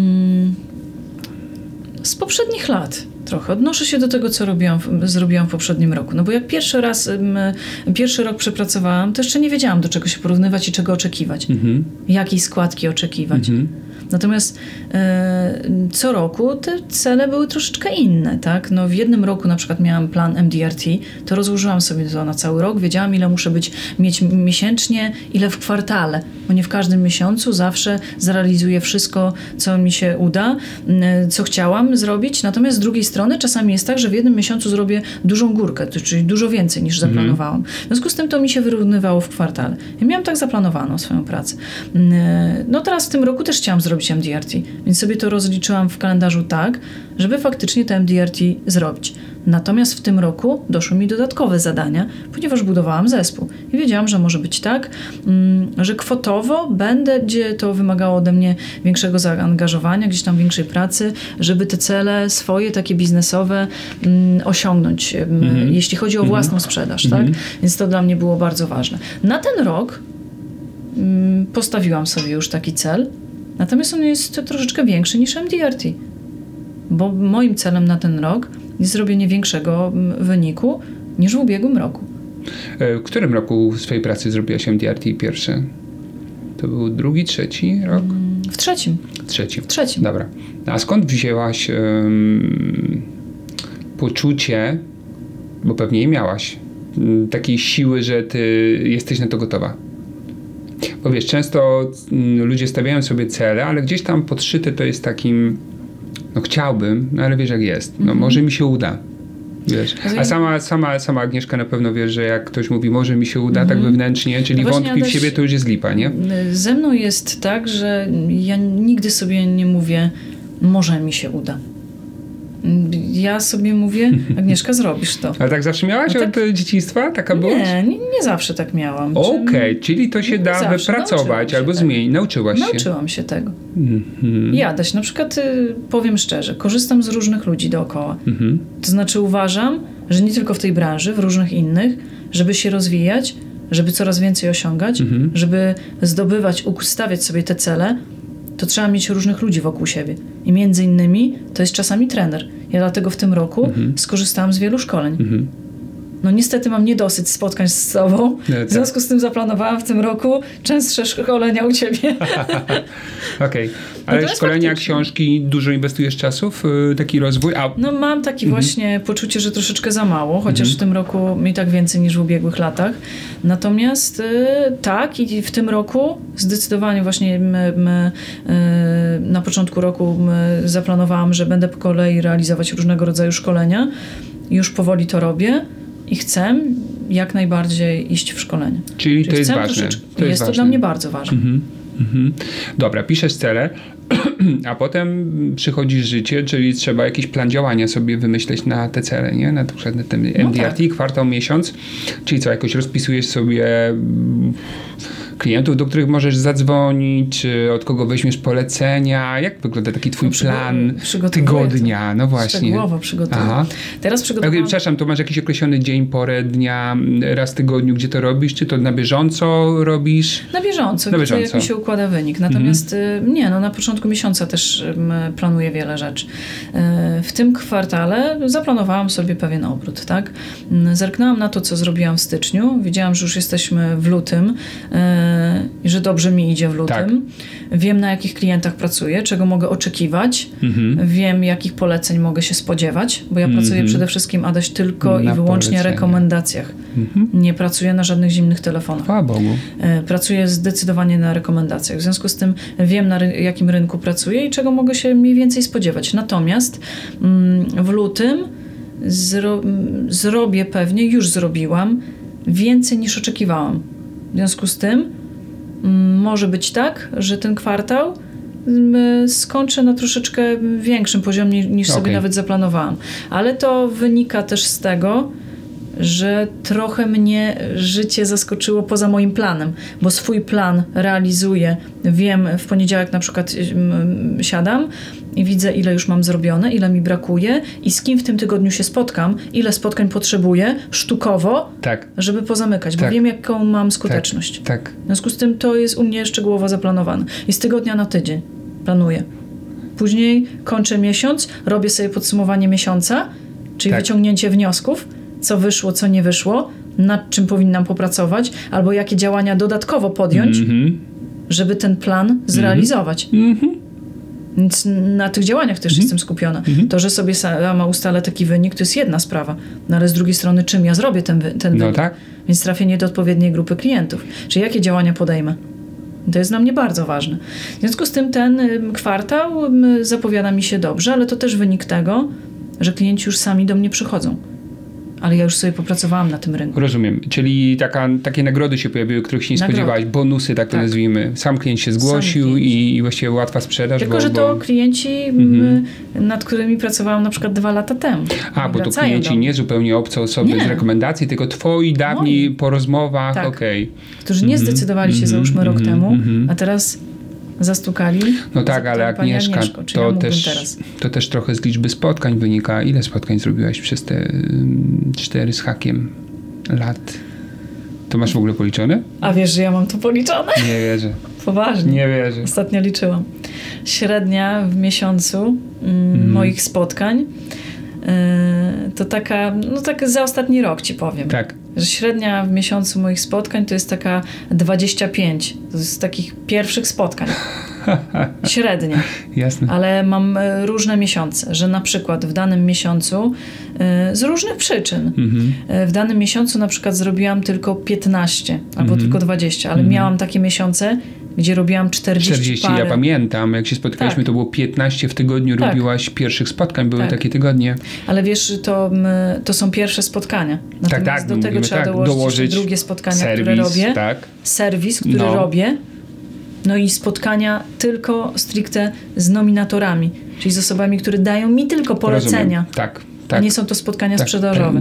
Z poprzednich lat. Trochę. Odnoszę się do tego, co zrobiłam w poprzednim roku. No bo jak pierwszy rok przepracowałam, to jeszcze nie wiedziałam, do czego się porównywać i czego oczekiwać. Jakiej składki oczekiwać. Natomiast co roku te cele były troszeczkę inne, tak? No w jednym roku na przykład miałam plan MDRT, to rozłożyłam sobie to na cały rok, wiedziałam, ile muszę mieć miesięcznie, ile w kwartale, bo nie w każdym miesiącu zawsze zrealizuję wszystko, co mi się uda, co chciałam zrobić, natomiast z drugiej strony czasami jest tak, że w jednym miesiącu zrobię dużą górkę, czyli dużo więcej niż zaplanowałam. W związku z tym to mi się wyrównywało w kwartale. Ja miałam tak zaplanowaną swoją pracę. No teraz w tym roku też chciałam zrobić MDRT, więc sobie to rozliczyłam w kalendarzu tak, żeby faktycznie to MDRT zrobić. Natomiast w tym roku doszły mi dodatkowe zadania, ponieważ budowałam zespół i wiedziałam, że może być tak, że kwotowo będzie to wymagało ode mnie większego zaangażowania, gdzieś tam większej pracy, żeby te cele swoje, takie biznesowe osiągnąć, jeśli chodzi o własną sprzedaż, tak? Więc to dla mnie było bardzo ważne. Na ten rok postawiłam sobie już taki cel, natomiast on jest troszeczkę większy niż MDRT, bo moim celem na ten rok jest zrobienie większego wyniku niż w ubiegłym roku.
W którym roku swojej pracy zrobiłaś MDRT pierwszy? To był drugi, trzeci rok?
W trzecim.
W trzecim. Dobra. A skąd wzięłaś poczucie, bo pewnie je miałaś, takiej siły, że ty jesteś na to gotowa? Bo wiesz, często ludzie stawiają sobie cele, ale gdzieś tam podszyte to jest takim, no chciałbym, no ale wiesz jak jest, no może mi się uda. Wiesz. A sama Agnieszka na pewno wiesz, że jak ktoś mówi, może mi się uda tak wewnętrznie, czyli wątpi w siebie, to już jest lipa, nie?
Ze mną jest tak, że ja nigdy sobie nie mówię, może mi się uda. Ja sobie mówię, Agnieszka, zrobisz to.
Ale tak zawsze miałaś od dzieciństwa? Taka byłaś?
Nie zawsze tak miałam.
Okej, czyli to się da wypracować albo zmienić. Nauczyłaś się.
Nauczyłam się tego. Ja, Adaś, na przykład powiem szczerze, korzystam z różnych ludzi dookoła. To znaczy uważam, że nie tylko w tej branży, w różnych innych, żeby się rozwijać, żeby coraz więcej osiągać, żeby zdobywać, ustawiać sobie te cele, to trzeba mieć różnych ludzi wokół siebie. I między innymi to jest czasami trener. Ja dlatego w tym roku skorzystałam z wielu szkoleń. No niestety mam niedosyt spotkań z tobą. W związku z tym zaplanowałam w tym roku częstsze szkolenia u ciebie.
Okej. Ale szkolenia, książki, dużo inwestujesz czasu w taki rozwój?
No mam takie właśnie poczucie, że troszeczkę za mało, chociaż w tym roku mi tak więcej niż w ubiegłych latach. Natomiast tak, i w tym roku zdecydowanie właśnie na początku roku zaplanowałam, że będę po kolei realizować różnego rodzaju szkolenia. Już powoli to robię. I chcę jak najbardziej iść w szkolenie.
Czyli to jest ważne.
Jest to dla mnie bardzo ważne.
Dobra, piszesz cele, a potem przychodzi życie, czyli trzeba jakiś plan działania sobie wymyśleć na te cele, nie? Na przykład na ten MDRT, kwartał, miesiąc. Czyli co, jakoś rozpisujesz sobie klientów, do których możesz zadzwonić, czy od kogo weźmiesz polecenia? Jak wygląda taki twój plan tygodnia? No właśnie.
Szczegółowo przygotowuję. Teraz przygotowałam...
Przepraszam, to masz jakiś określony dzień, porę dnia, raz w tygodniu, gdzie to robisz? Czy to na bieżąco robisz?
Na bieżąco. Jak mi się układa wynik. Natomiast na początku miesiąca też planuję wiele rzeczy. W tym kwartale zaplanowałam sobie pewien obrót, tak? Zerknęłam na to, co zrobiłam w styczniu. Widziałam, że już jesteśmy w lutym i że dobrze mi idzie w lutym. Tak. Wiem, na jakich klientach pracuję, czego mogę oczekiwać. Wiem, jakich poleceń mogę się spodziewać, bo ja pracuję przede wszystkim, Adaś, tylko i wyłącznie na rekomendacjach. Nie pracuję na żadnych zimnych telefonach.
Chwała Bogu.
Pracuję zdecydowanie na rekomendacjach. W związku z tym wiem, na jakim rynku pracuję i czego mogę się mniej więcej spodziewać. Natomiast w lutym zrobię pewnie, już zrobiłam, więcej niż oczekiwałam. W związku z tym może być tak, że ten kwartał skończę na troszeczkę większym poziomie niż sobie nawet zaplanowałam. Ale to wynika też z tego, że trochę mnie życie zaskoczyło poza moim planem, bo swój plan realizuję. Wiem, w poniedziałek na przykład siadam i widzę, ile już mam zrobione, ile mi brakuje i z kim w tym tygodniu się spotkam, ile spotkań potrzebuję sztukowo, żeby pozamykać, bo wiem, jaką mam skuteczność. W związku z tym to jest u mnie szczegółowo zaplanowane. I z tygodnia na tydzień planuję. Później kończę miesiąc, robię sobie podsumowanie miesiąca, czyli wyciągnięcie wniosków, co wyszło, co nie wyszło, nad czym powinnam popracować, albo jakie działania dodatkowo podjąć, żeby ten plan zrealizować. Więc na tych działaniach też jestem skupiona. To, że sobie sama ustalę taki wynik, to jest jedna sprawa. No ale z drugiej strony, czym ja zrobię ten wynik? Więc trafienie do odpowiedniej grupy klientów. Czyli jakie działania podejmę? To jest dla mnie bardzo ważne. W związku z tym ten kwartał zapowiada mi się dobrze, ale to też wynik tego, że klienci już sami do mnie przychodzą. Ale ja już sobie popracowałam na tym rynku.
Rozumiem. Czyli takie nagrody się pojawiły, których się nie spodziewałaś, bonusy, tak to nazwijmy. Sam klient się zgłosił i właściwie łatwa sprzedaż.
Tylko, że to klienci, nad którymi pracowałam na przykład 2 lata temu.
Bo to klienci nie zupełnie obce osoby z rekomendacji, tylko twoi dawni po rozmowach,
którzy nie zdecydowali się załóżmy rok temu, a teraz zastukali.
No tak, ale Agnieszka, to też trochę z liczby spotkań wynika. Ile spotkań zrobiłaś przez te 4 z hakiem lat? To masz w ogóle policzone?
A wiesz, że ja mam to policzone?
Nie wierzę.
Poważnie.
Nie wierzę.
Ostatnio liczyłam. Średnia w miesiącu moich spotkań to taka, tak za ostatni rok ci powiem. Że średnia w miesiącu moich spotkań to jest taka 25. To jest takich pierwszych spotkań. Średnie.
Jasne.
Ale mam różne miesiące, że na przykład w danym miesiącu z różnych przyczyn. W danym miesiącu na przykład zrobiłam tylko 15 albo tylko 20, ale miałam takie miesiące, gdzie robiłam 40 parę.
Ja pamiętam, jak się spotkaliśmy, to było 15 w tygodniu, robiłaś pierwszych spotkań, były takie tygodnie.
Ale wiesz, to są pierwsze spotkania. Natomiast do tego trzeba dołożyć drugie spotkania,
serwis,
które robię.
Tak.
Serwis, który robię. No i spotkania tylko stricte z nominatorami, czyli z osobami, które dają mi tylko polecenia.
Rozumiem. Tak.
A nie są to spotkania sprzedażowe.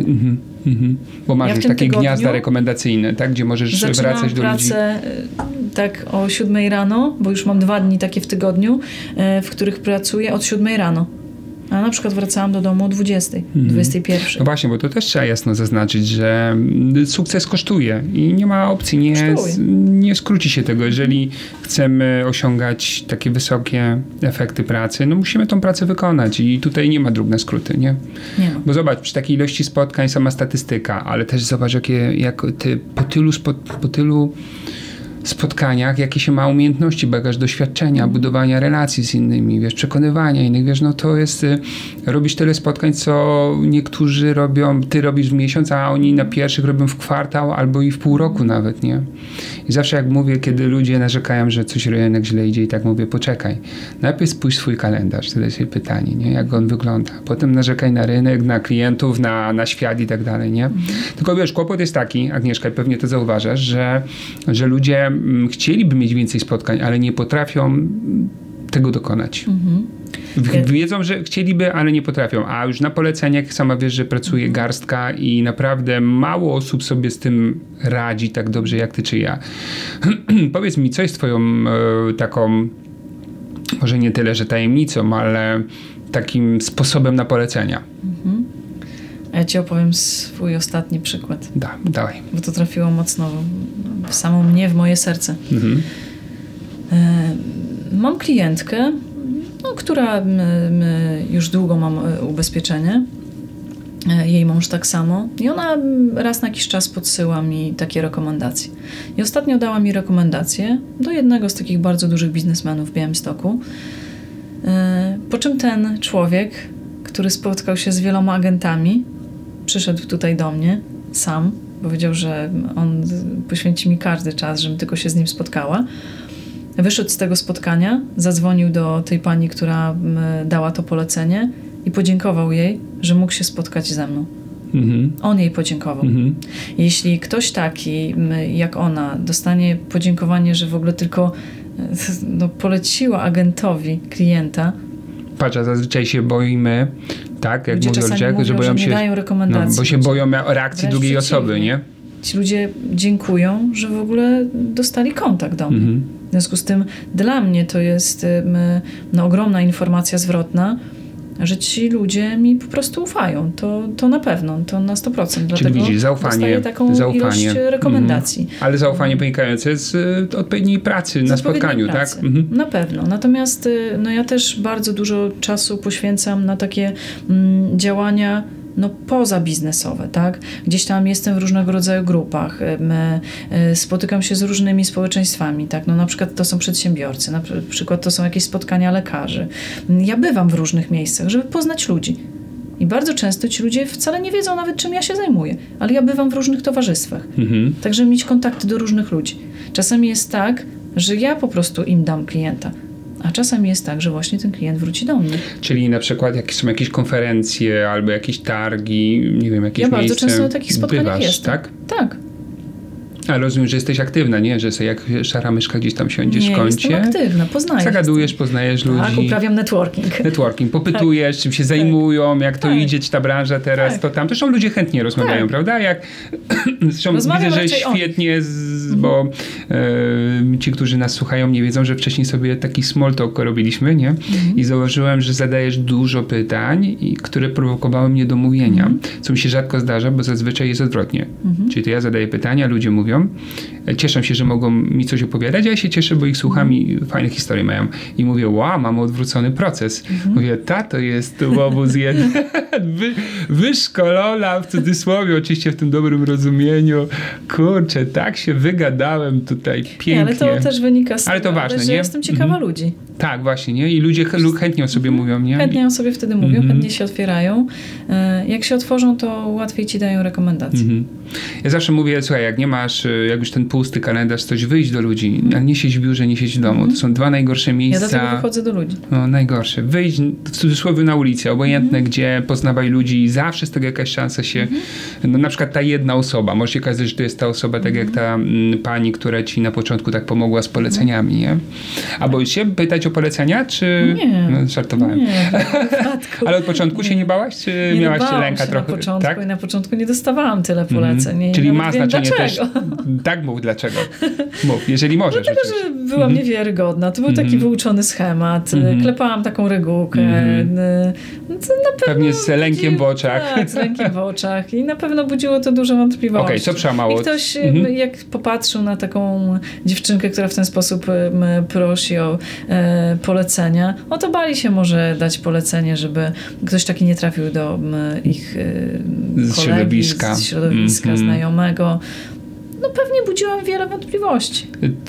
Bo masz już takie gniazda rekomendacyjne, tak? Gdzie możesz wracać do ludzi.
Zaczynam pracę tak o 7 rano, bo już mam 2 dni takie w tygodniu, w których pracuję od 7 rano. A na przykład wracałam do domu o 20, 21.
No właśnie, bo to też trzeba jasno zaznaczyć, że sukces kosztuje i nie ma opcji, nie skróci się tego. Jeżeli chcemy osiągać takie wysokie efekty pracy, no musimy tą pracę wykonać i tutaj nie ma dróg na skróty, nie?
Nie ma.
Bo zobacz, przy takiej ilości spotkań sama statystyka, ale też zobacz, jak ty po tylu spotkaniach, jakie się ma umiejętności, bagaż doświadczenia, budowania relacji z innymi, wiesz, przekonywania innych, wiesz, no to jest, robisz tyle spotkań, co niektórzy robią, ty robisz w miesiąc, a oni na pierwszych robią w kwartał albo i w pół roku nawet, nie? I zawsze jak mówię, kiedy ludzie narzekają, że coś rynek źle idzie i tak mówię, poczekaj, najpierw spójrz swój kalendarz, zadaj sobie pytanie, nie? Jak on wygląda. Potem narzekaj na rynek, na klientów, na świat i tak dalej, nie? Tylko wiesz, kłopot jest taki, Agnieszka, i pewnie to zauważasz, że ludzie chcieliby mieć więcej spotkań, ale nie potrafią tego dokonać. Wiedzą, że chcieliby, ale nie potrafią. A już na poleceniach sama wiesz, że pracuje garstka i naprawdę mało osób sobie z tym radzi tak dobrze jak ty czy ja. Powiedz mi, co jest twoją taką, może nie tyle, że tajemnicą, ale takim sposobem na polecenia?
A ja ci opowiem swój ostatni przykład.
Dawaj.
Bo to trafiło mocno w samą mnie, w moje serce. Mam klientkę, która już długo mam ubezpieczenie. Jej mąż tak samo. I ona raz na jakiś czas podsyła mi takie rekomendacje. I ostatnio dała mi rekomendację do jednego z takich bardzo dużych biznesmenów w Białymstoku. Po czym ten człowiek, który spotkał się z wieloma agentami, przyszedł tutaj do mnie sam. Powiedział, że on poświęci mi każdy czas, żebym tylko się z nim spotkała. Wyszedł z tego spotkania, zadzwonił do tej pani, która dała to polecenie i podziękował jej, że mógł się spotkać ze mną. On jej podziękował. Jeśli ktoś taki jak ona dostanie podziękowanie, że w ogóle tylko poleciła agentowi klienta.
Patrz, a zazwyczaj się boimy, tak? Jak
ludzie czasami mówią, że boją się, nie dają rekomendacji.
Bo się boją reakcji drugiej osoby, nie?
Ci ludzie dziękują, że w ogóle dostali kontakt do mnie. W związku z tym dla mnie to jest ogromna informacja zwrotna, że ci ludzie mi po prostu ufają. To na pewno, to na 100%. Dlatego
widzisz, zaufanie,
taką ilość rekomendacji.
Ale zaufanie wynikające z odpowiedniej pracy na spotkaniu, pracy. Tak?
Na pewno. Natomiast ja też bardzo dużo czasu poświęcam na takie działania pozabiznesowe, tak? Gdzieś tam jestem w różnego rodzaju grupach, spotykam się z różnymi społeczeństwami, tak? Na przykład to są przedsiębiorcy, na przykład to są jakieś spotkania lekarzy. Ja bywam w różnych miejscach, żeby poznać ludzi. I bardzo często ci ludzie wcale nie wiedzą nawet, czym ja się zajmuję, ale ja bywam w różnych towarzystwach. Tak, żeby mieć kontakty do różnych ludzi. Czasami jest tak, że ja po prostu im dam klienta. A czasami jest tak, że właśnie ten klient wróci do mnie.
Czyli na przykład są jakieś konferencje albo jakieś targi, nie wiem, jakieś miejsce.
Ja bardzo często na takich spotkaniach jestem.
Tak?
Tak.
Ale rozumiem, że jesteś aktywna, nie? Że sobie jak szara myszka gdzieś tam siądziesz w kącie.
Nie, jestem aktywna, poznaję.
Zagadujesz, poznajesz ludzi.
Tak, uprawiam networking.
Popytujesz, czym się zajmują, jak to idzie, czy ta branża teraz, to tam. Zresztą ludzie chętnie rozmawiają, prawda? Zresztą widzę, że świetnie, bo ci, którzy nas słuchają, nie wiedzą, że wcześniej sobie taki small talk robiliśmy, nie? I zauważyłem, że zadajesz dużo pytań, które prowokowały mnie do mówienia, co mi się rzadko zdarza, bo zazwyczaj jest odwrotnie. Czyli to ja zadaję pytania, ludzie mówią, rozmawiam. Cieszą się, że mogą mi coś opowiadać, a ja się cieszę, bo ich słucham i fajne historie mają. I mówię, wow, mamy odwrócony proces. Mówię, to jest łobuz jeden. Wyszkolona, w cudzysłowie, oczywiście w tym dobrym rozumieniu. Kurczę, tak się wygadałem tutaj pięknie.
Nie, ale to też wynika z
tego, ważne,
że
nie?
jestem ciekawa ludzi.
Tak, właśnie, nie? I ludzie chętnie o sobie mówią, nie?
Chętnie o sobie wtedy mówią, chętnie się otwierają. Jak się otworzą, to łatwiej ci dają rekomendacje.
Ja zawsze mówię, słuchaj, jak nie masz, jak już ten pusty kalendarz, coś, wyjść do ludzi, ale nie siedź w biurze, nie siedź w domu. To są dwa najgorsze miejsca.
Ja dlatego wychodzę do ludzi.
No, najgorsze. Wyjdź w cudzysłowie na ulicę, obojętne gdzie, poznawaj ludzi i zawsze z tego jakaś szansa się, no na przykład ta jedna osoba, może się okazać, że to jest ta osoba, tak jak ta pani, która ci na początku tak pomogła z poleceniami, nie? A boisz się pytać o polecenia, czy...
Nie.
No, żartowałem.
Nie,
ale od początku się nie bałaś, czy
nie
miałaś się lęka
się
trochę?
Na początku,
tak?
I na początku nie dostawałam tyle poleceń.
Czyli ma znaczenie
dlaczego.
też... Tak, mów dlaczego. Mów, jeżeli możesz.
Dlatego, że byłam niewiarygodna. To był taki wyuczony schemat. Klepałam taką regułkę. No to na pewno
pewnie z lękiem w oczach.
Tak, z lękiem w oczach. I na pewno budziło to dużo wątpliwości.
Okej, co przełamało?
I ktoś, jak popatrzył na taką dziewczynkę, która w ten sposób prosi o polecenia, to bali się może dać polecenie, żeby ktoś taki nie trafił do ich kolegi, z środowiska znajomego. No pewnie budziłam wiele wątpliwości.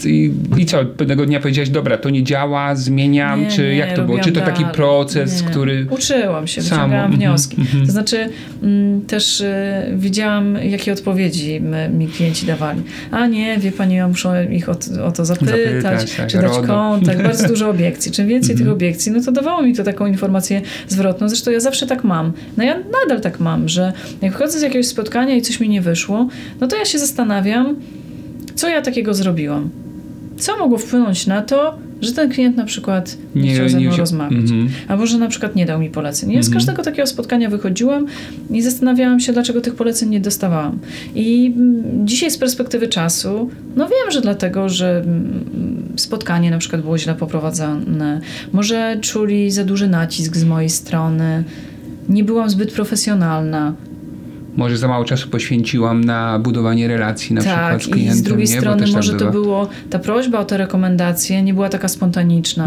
I co? Pewnego dnia powiedziałaś, dobra, to nie działa, zmieniam, czy jak to było? Czy to taki proces, który...
Uczyłam się, wyciągałam wnioski. To znaczy też widziałam, jakie odpowiedzi mi klienci dawali. A nie, wie pani, ja muszę ich o to zapytać,
tak,
czy dać kontakt. Bardzo dużo obiekcji. Czym więcej tych obiekcji, no to dawało mi to taką informację zwrotną. Zresztą ja zawsze tak mam. No ja nadal tak mam, że jak wchodzę z jakiegoś spotkania i coś mi nie wyszło, no to ja się zastanawiam, co ja takiego zrobiłam? Co mogło wpłynąć na to, że ten klient na przykład nie chciał ze mną rozmawiać? Albo że na przykład nie dał mi poleceń. Ja z każdego takiego spotkania wychodziłam i zastanawiałam się, dlaczego tych poleceń nie dostawałam. I dzisiaj z perspektywy czasu, no wiem, że dlatego, że spotkanie na przykład było źle poprowadzone. Może czuli za duży nacisk z mojej strony. Nie byłam zbyt profesjonalna.
Może za mało czasu poświęciłam na budowanie relacji na przykład z klientem.
Tak, i z drugiej strony może
tak
to było, ta prośba o te rekomendacje nie była taka spontaniczna,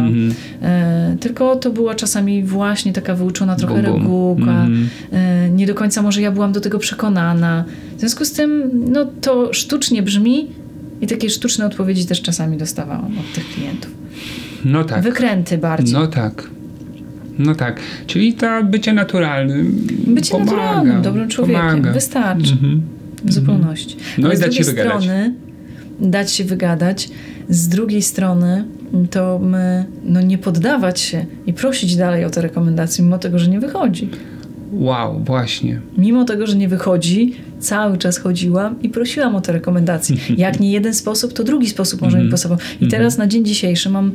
tylko to była czasami właśnie taka wyuczona trochę regułka. Nie do końca może ja byłam do tego przekonana. W związku z tym, no to sztucznie brzmi i takie sztuczne odpowiedzi też czasami dostawałam od tych klientów.
No tak.
Wykręty bardziej.
No tak. No tak, czyli to bycie naturalnym
naturalnym, dobrym człowiekiem. Wystarczy. W zupełności.
No
ale
i dać się wygadać.
Dać się wygadać. Z drugiej strony to nie poddawać się i prosić dalej o te rekomendacje, mimo tego, że nie wychodzi.
Wow, właśnie.
Mimo tego, że nie wychodzi, cały czas chodziłam i prosiłam o te rekomendacje. Jak nie jeden sposób, to drugi sposób może mi pasował. I teraz na dzień dzisiejszy mam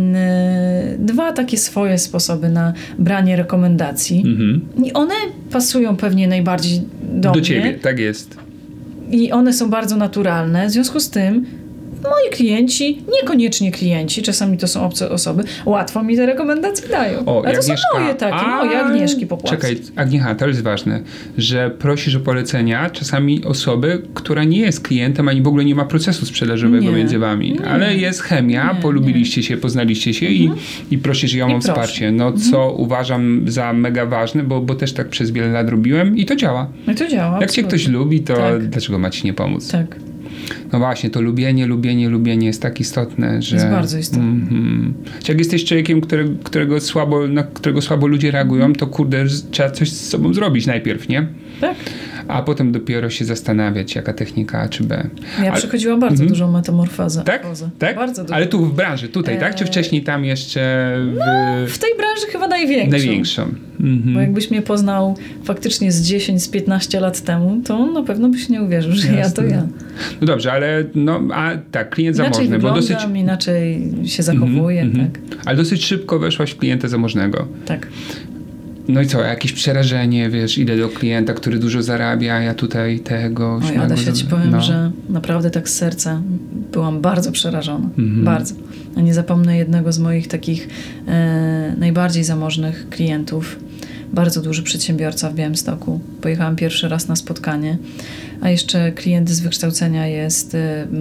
dwa takie swoje sposoby na branie rekomendacji. I one pasują pewnie najbardziej do mnie.
Ciebie, tak jest.
I one są bardzo naturalne. W związku z tym moi klienci, niekoniecznie klienci, czasami to są obce osoby, łatwo mi te rekomendacje dają. Ale to są moje takie, moje Agnieszki Popławskie.
Czekaj, Agniecha, to jest ważne, że prosisz o polecenia czasami osoby, która nie jest klientem, ani w ogóle nie ma procesu sprzedażowego między wami, ale jest chemia, polubiliście się, poznaliście się i prosisz ją o wsparcie. No co uważam za mega ważne, bo też tak przez wiele lat robiłem i to działa.
I to działa.
Jak cię ktoś lubi, to dlaczego ma ci nie pomóc?
Tak.
No właśnie, to lubienie jest tak istotne, że...
Jest bardzo istotne.
Jak jesteś człowiekiem, na którego słabo ludzie reagują, to kurde, trzeba coś z sobą zrobić najpierw, nie?
Tak.
A potem dopiero się zastanawiać, jaka technika A czy B.
Ja przechodziłam bardzo dużą metamorfozę.
Tak?
Bardzo dużo.
Ale tu w branży, tutaj, tak? Czy wcześniej tam jeszcze...
W tej branży chyba największą. Bo jakbyś mnie poznał faktycznie z 10, z 15 lat temu, to na pewno byś nie uwierzył, że ja to ja.
No dobrze, ale klient zamożny.
Inaczej wyglądam, inaczej się zachowuję, tak.
Ale dosyć szybko weszłaś w klienta zamożnego.
Tak.
No i co, jakieś przerażenie, wiesz, idę do klienta, który dużo zarabia, ja tutaj tego...
Oj, Adaś, ja ci powiem, że naprawdę tak z serca byłam bardzo przerażona. Bardzo. A nie zapomnę jednego z moich takich najbardziej zamożnych klientów. bardzo duży przedsiębiorca w Białymstoku. Pojechałam pierwszy raz na spotkanie, a jeszcze klient z wykształcenia jest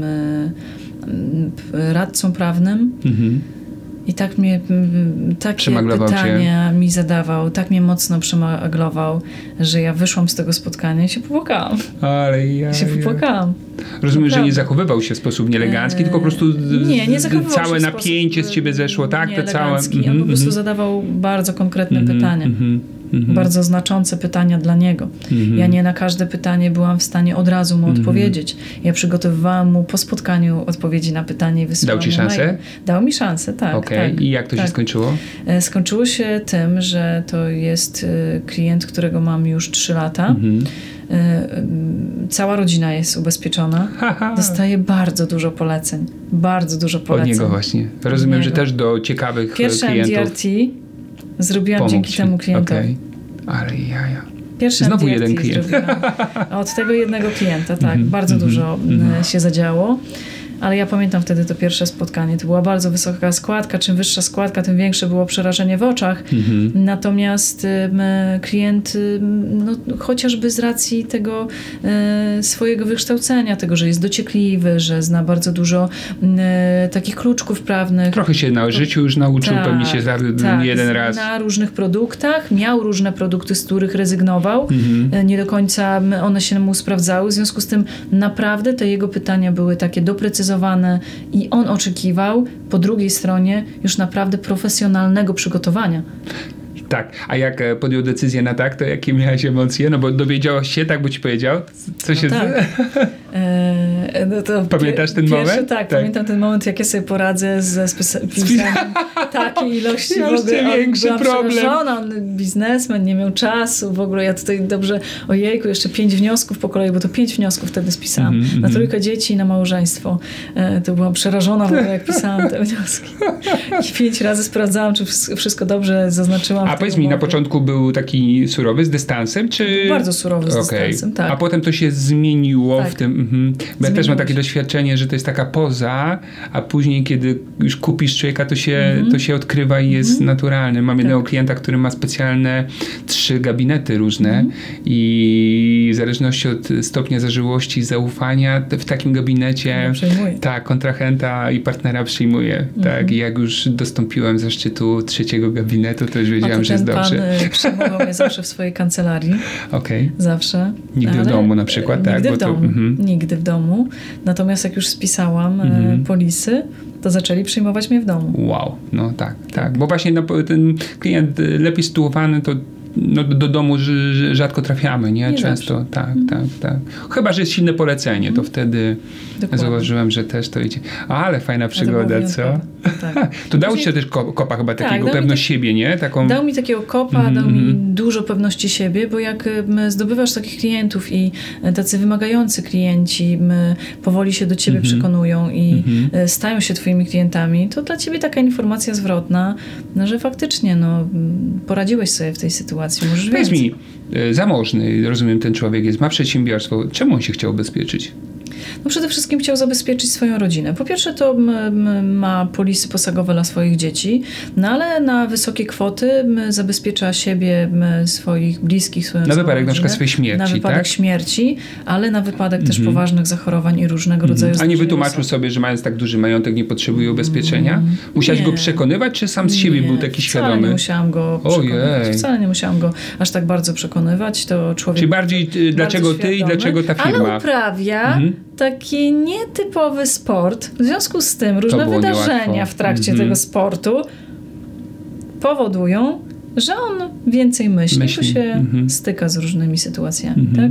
radcą prawnym. I tak mnie takie pytania mi zadawał, tak mnie mocno przemaglował, że ja wyszłam z tego spotkania i się popłakałam.
Ale ja
się popłakałam.
Rozumiem,
Naprawdę.
że nie zachowywał się w sposób nieelegancki, tylko po prostu
nie
całe napięcie z ciebie zeszło, tak?
To całe. On po prostu zadawał bardzo konkretne pytania. Bardzo znaczące pytania dla niego. Ja nie na każde pytanie byłam w stanie od razu mu odpowiedzieć. Ja przygotowywałam mu po spotkaniu odpowiedzi na pytanie i wysyłałam.
Dał ci szansę?
Dał mi szansę, tak.
Okej.
Tak,
i jak to się skończyło?
Skończyło się tym, że to jest klient, którego mam już 3 lata. Cała rodzina jest ubezpieczona. Dostaje bardzo dużo poleceń. Bardzo dużo poleceń.
Od niego właśnie. Rozumiem, że też do ciekawych
Pierwsze
klientów.
MDRT zrobiłam dzięki temu klientowi.
Ale jaja.
Pierwszy
Znowu
MDRT
jeden klient.
zrobiłam. Od tego jednego klienta, tak. Bardzo dużo się zadziało. Ale ja pamiętam wtedy to pierwsze spotkanie. To była bardzo wysoka składka. Czym wyższa składka, tym większe było przerażenie w oczach. Natomiast klient, chociażby z racji tego swojego wykształcenia, tego, że jest dociekliwy, że zna bardzo dużo takich kluczków prawnych.
Trochę się na życiu już nauczył, pewnie się jeden raz.
Na różnych produktach. Miał różne produkty, z których rezygnował. Nie do końca one się mu sprawdzały. W związku z tym naprawdę te jego pytania były takie doprecyzowane i on oczekiwał po drugiej stronie już naprawdę profesjonalnego przygotowania.
Tak, a jak podjął decyzję na tak, to jakie miałeś emocje? No bo dowiedziałaś się, tak, bo ci powiedział? Co się... Pamiętasz ten moment?
Tak, pamiętam ten moment, jak ja sobie poradzę ze spisaniem takiej ilości.
Ja w ogóle większy problem.
On biznesmen, nie miał czasu, w ogóle ja tutaj dobrze, ojejku, jeszcze 5 wniosków po kolei, bo to 5 wniosków wtedy spisałam. Na 3 dzieci i na małżeństwo. To byłam przerażona w ogóle, jak pisałam te wnioski. I 5 razy sprawdzałam, czy wszystko dobrze zaznaczyłam.
A powiedz mi, na początku był taki surowy, z dystansem, czy...
Był bardzo surowy, z dystansem, tak.
A potem to się zmieniło w tym... Bo ja też mam takie
się.
doświadczenie, że to jest taka poza, a później, kiedy już kupisz człowieka, to się odkrywa i jest naturalny. Mam jednego klienta, który ma specjalne 3 gabinety różne i w zależności od stopnia zażyłości i zaufania w takim gabinecie kontrahenta i partnera przyjmuje. Tak? I jak już dostąpiłem zaszczytu 3 gabinetu, to już wiedziałam, że jest dobrze.
Pan przyjmował mnie zawsze w swojej kancelarii. Zawsze.
Nigdy w domu na przykład, tak?
Nigdy w domu. Nigdy w domu. Natomiast jak już spisałam polisy, to zaczęli przyjmować mnie w domu.
Wow, no tak. Bo właśnie ten klient lepiej sytuowany, to do domu rzadko trafiamy, nie? Często, tak. Chyba, że jest silne polecenie, to wtedy zauważyłem, że też to idzie. Ale fajna przygoda, co?
Tak.
To dało ci się też kopa chyba takiego, pewność siebie, nie?
Dał mi takiego kopa, dał mi dużo pewności siebie, bo jak zdobywasz takich klientów i tacy wymagający klienci powoli się do ciebie przekonują i stają się twoimi klientami, to dla ciebie taka informacja zwrotna, że faktycznie poradziłeś sobie w tej sytuacji.
Powiedz mi, zamożny, rozumiem, ten człowiek jest, ma przedsiębiorstwo. Czemu on się chciał ubezpieczyć?
Przede wszystkim chciał zabezpieczyć swoją rodzinę. Po pierwsze to ma polisy posagowe dla swoich dzieci, ale na wysokie kwoty zabezpiecza siebie, swoich bliskich, swoją rodzinę.
Na wypadek na przykład swojej śmierci,
na wypadek śmierci, ale na wypadek też poważnych zachorowań i różnego rodzaju
A nie wytłumaczył sobie, że mając tak duży majątek nie potrzebuje ubezpieczenia? Musiałeś go przekonywać, czy sam z siebie był taki świadomy?
Nie musiałam go przekonywać. Wcale nie musiałam go aż tak bardzo przekonywać. To człowiek.
Czyli bardziej dlaczego ty i dlaczego ta firma?
Ale uprawia taki nietypowy sport. W związku z tym różne wydarzenia w trakcie tego sportu powodują, że on więcej myśli. To się styka z różnymi sytuacjami, tak?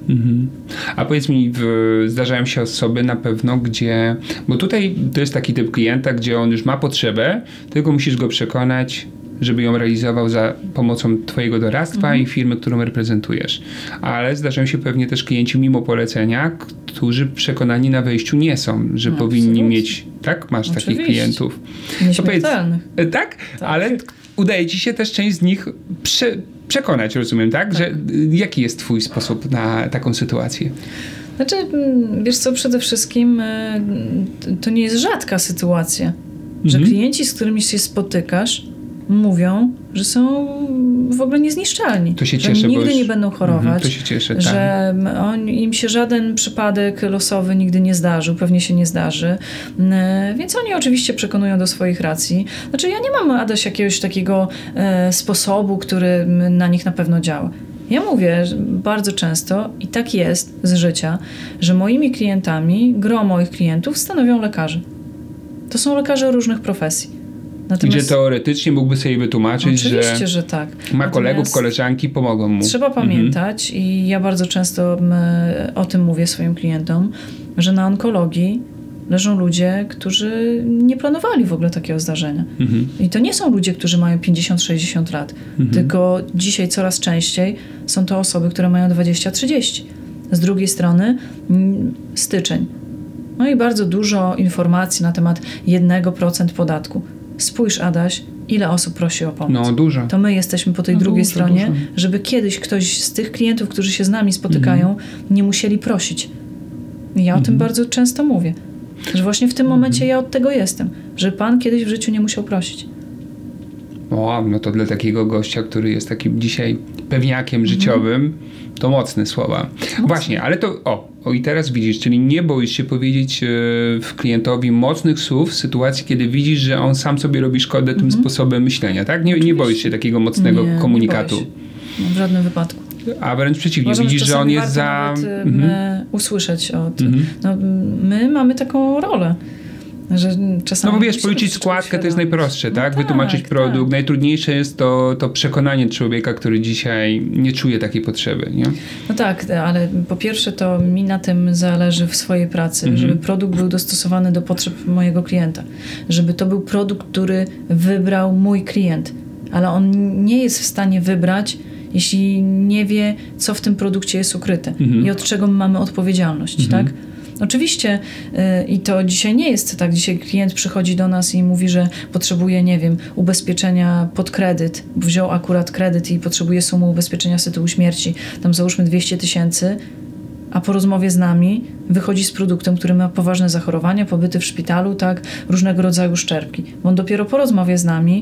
A powiedz mi, zdarzają się osoby na pewno, gdzie... Bo tutaj to jest taki typ klienta, gdzie on już ma potrzebę, tylko musisz go przekonać, żeby ją realizował za pomocą twojego doradztwa i firmy, którą reprezentujesz. Ale zdarzają się pewnie też klienci mimo polecenia, którzy przekonani na wejściu nie są, że powinni mieć... Tak? Masz takich klientów.
Nieśmiertelnych.
Tak? Ale udaje ci się też część z nich przekonać, rozumiem, tak? Że jaki jest twój sposób na taką sytuację?
Znaczy, wiesz co, przede wszystkim to nie jest rzadka sytuacja, że klienci, z którymi się spotykasz, mówią, że są w ogóle niezniszczalni.
To się
że
cieszę,
nigdy
bo już...
nie będą chorować.
To się cieszę, tak.
Że im się żaden przypadek losowy nigdy nie zdarzył, pewnie się nie zdarzy. Więc oni oczywiście przekonują do swoich racji. Znaczy ja nie mam, Adaś, jakiegoś takiego sposobu, który na nich na pewno działa. Ja mówię że bardzo często i tak jest z życia, że moimi klientami, gro moich klientów stanowią lekarze. To są lekarze różnych profesji.
Natomiast... I że teoretycznie mógłby sobie wytłumaczyć,
oczywiście, że tak.
Ma kolegów, koleżanki, pomogą mu.
Trzeba pamiętać i ja bardzo często o tym mówię swoim klientom, że na onkologii leżą ludzie, którzy nie planowali w ogóle takiego zdarzenia. I to nie są ludzie, którzy mają 50-60 lat, tylko dzisiaj coraz częściej są to osoby, które mają 20-30. Z drugiej strony styczeń. No i bardzo dużo informacji na temat 1% podatku. Spójrz, Adaś, ile osób prosi o pomoc.
No, dużo.
To my jesteśmy po tej drugiej stronie, żeby kiedyś ktoś z tych klientów, którzy się z nami spotykają, nie musieli prosić. I ja o tym bardzo często mówię. Że właśnie w tym momencie ja od tego jestem. Że pan kiedyś w życiu nie musiał prosić.
O, no to dla takiego gościa, który jest takim dzisiaj pewniakiem życiowym, to mocne słowa. Właśnie, ale to i teraz widzisz, czyli nie boisz się powiedzieć klientowi mocnych słów w sytuacji, kiedy widzisz, że on sam sobie robi szkodę tym sposobem myślenia, tak? Nie boisz się takiego mocnego komunikatu.
Nie, w żadnym wypadku.
A wręcz przeciwnie,
Uważam,
widzisz, że on jest za...
usłyszeć od... my mamy taką rolę. Że czasami
no bo wiesz, policzyć składkę to jest najprostsze, tak? Wytłumaczyć produkt. Tak. Najtrudniejsze jest to przekonanie człowieka, który dzisiaj nie czuje takiej potrzeby, nie?
No tak, ale po pierwsze to mi na tym zależy w swojej pracy, żeby produkt był dostosowany do potrzeb mojego klienta. Żeby to był produkt, który wybrał mój klient. Ale on nie jest w stanie wybrać, jeśli nie wie, co w tym produkcie jest ukryte i od czego mamy odpowiedzialność, tak? Oczywiście i to dzisiaj nie jest tak. Dzisiaj klient przychodzi do nas i mówi, że potrzebuje, nie wiem, ubezpieczenia pod kredyt. Wziął akurat kredyt i potrzebuje sumy ubezpieczenia z tytułu śmierci. Tam załóżmy 200 000, a po rozmowie z nami wychodzi z produktem, który ma poważne zachorowania, pobyty w szpitalu, tak, różnego rodzaju uszczerbki. Bo on dopiero po rozmowie z nami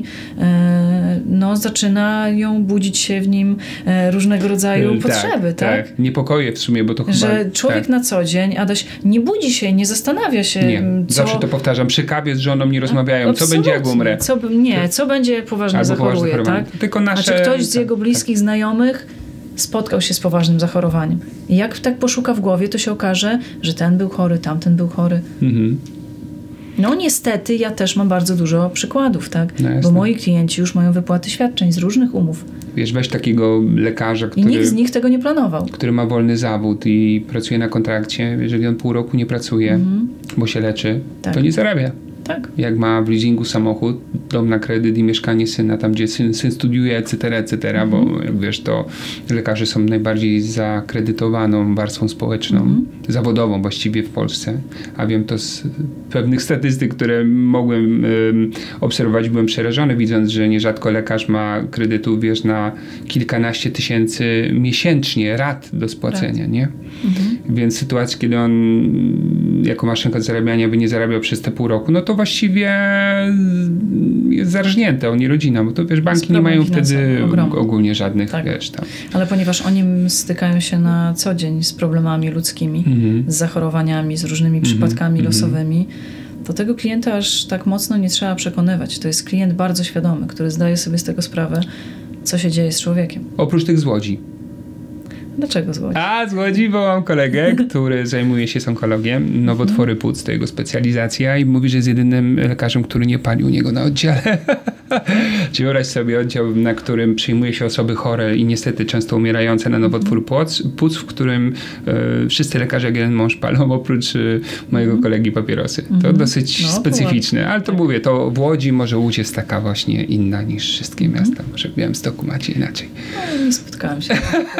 zaczynają budzić się w nim różnego rodzaju potrzeby, tak?
Niepokoje w sumie, bo to chyba...
Że człowiek na co dzień, Adaś, nie budzi się, nie zastanawia się,
zawsze to powtarzam, przy kawie z żoną nie rozmawiają, co będzie jak umrę.
Co będzie jak poważnie zachoruje, tak?
Tylko nasze...
Znaczy ktoś z jego bliskich znajomych spotkał się z poważnym zachorowaniem. I jak tak poszuka w głowie, to się okaże, że ten był chory, tamten był chory. No niestety ja też mam bardzo dużo przykładów, tak? Bo moi klienci już mają wypłaty świadczeń z różnych umów.
Wiesz, weź takiego lekarza, który...
I nikt z nich tego nie planował.
Który ma wolny zawód i pracuje na kontrakcie. Jeżeli on pół roku nie pracuje, bo się leczy, to nie zarabia.
Tak.
Jak ma w leasingu samochód, dom na kredyt i mieszkanie syna tam, gdzie syn studiuje, etc., bo jak wiesz, to lekarze są najbardziej zakredytowaną warstwą społeczną, zawodową właściwie w Polsce. A wiem to z pewnych statystyk, które mogłem obserwować, byłem przerażony, widząc, że nierzadko lekarz ma kredytów, wiesz, na kilkanaście tysięcy miesięcznie rat do spłacenia, nie? Więc w sytuacji, kiedy on jako maszynka zarabiania by nie zarabiał przez te pół roku, no to właściwie jest zarżnięte, on nie rodzina, bo to wiesz, banki nie mają wtedy ogólnie żadnych, wiesz, tam.
Ale ponieważ oni stykają się na co dzień z problemami ludzkimi, z zachorowaniami, z różnymi przypadkami losowymi, to tego klienta aż tak mocno nie trzeba przekonywać. To jest klient bardzo świadomy, który zdaje sobie z tego sprawę, co się dzieje z człowiekiem.
Oprócz tych z Łodzi.
Dlaczego z Łodzi?
Z Łodzi, bo mam kolegę, który zajmuje się onkologiem, nowotwory płuc, to jego specjalizacja i mówi, że jest jedynym lekarzem, który nie pali u niego na oddziale. Czyli wyobraź sobie oddział, na którym przyjmuje się osoby chore i niestety często umierające na nowotwór płuc, w którym wszyscy lekarze jak jeden mąż palą, oprócz mojego kolegi papierosy. To dosyć specyficzne, ale to mówię, to w Łodzi może Łódź jest taka właśnie inna niż wszystkie miasta. Może w Białymstoku macie inaczej.
No, nie spotkałam się.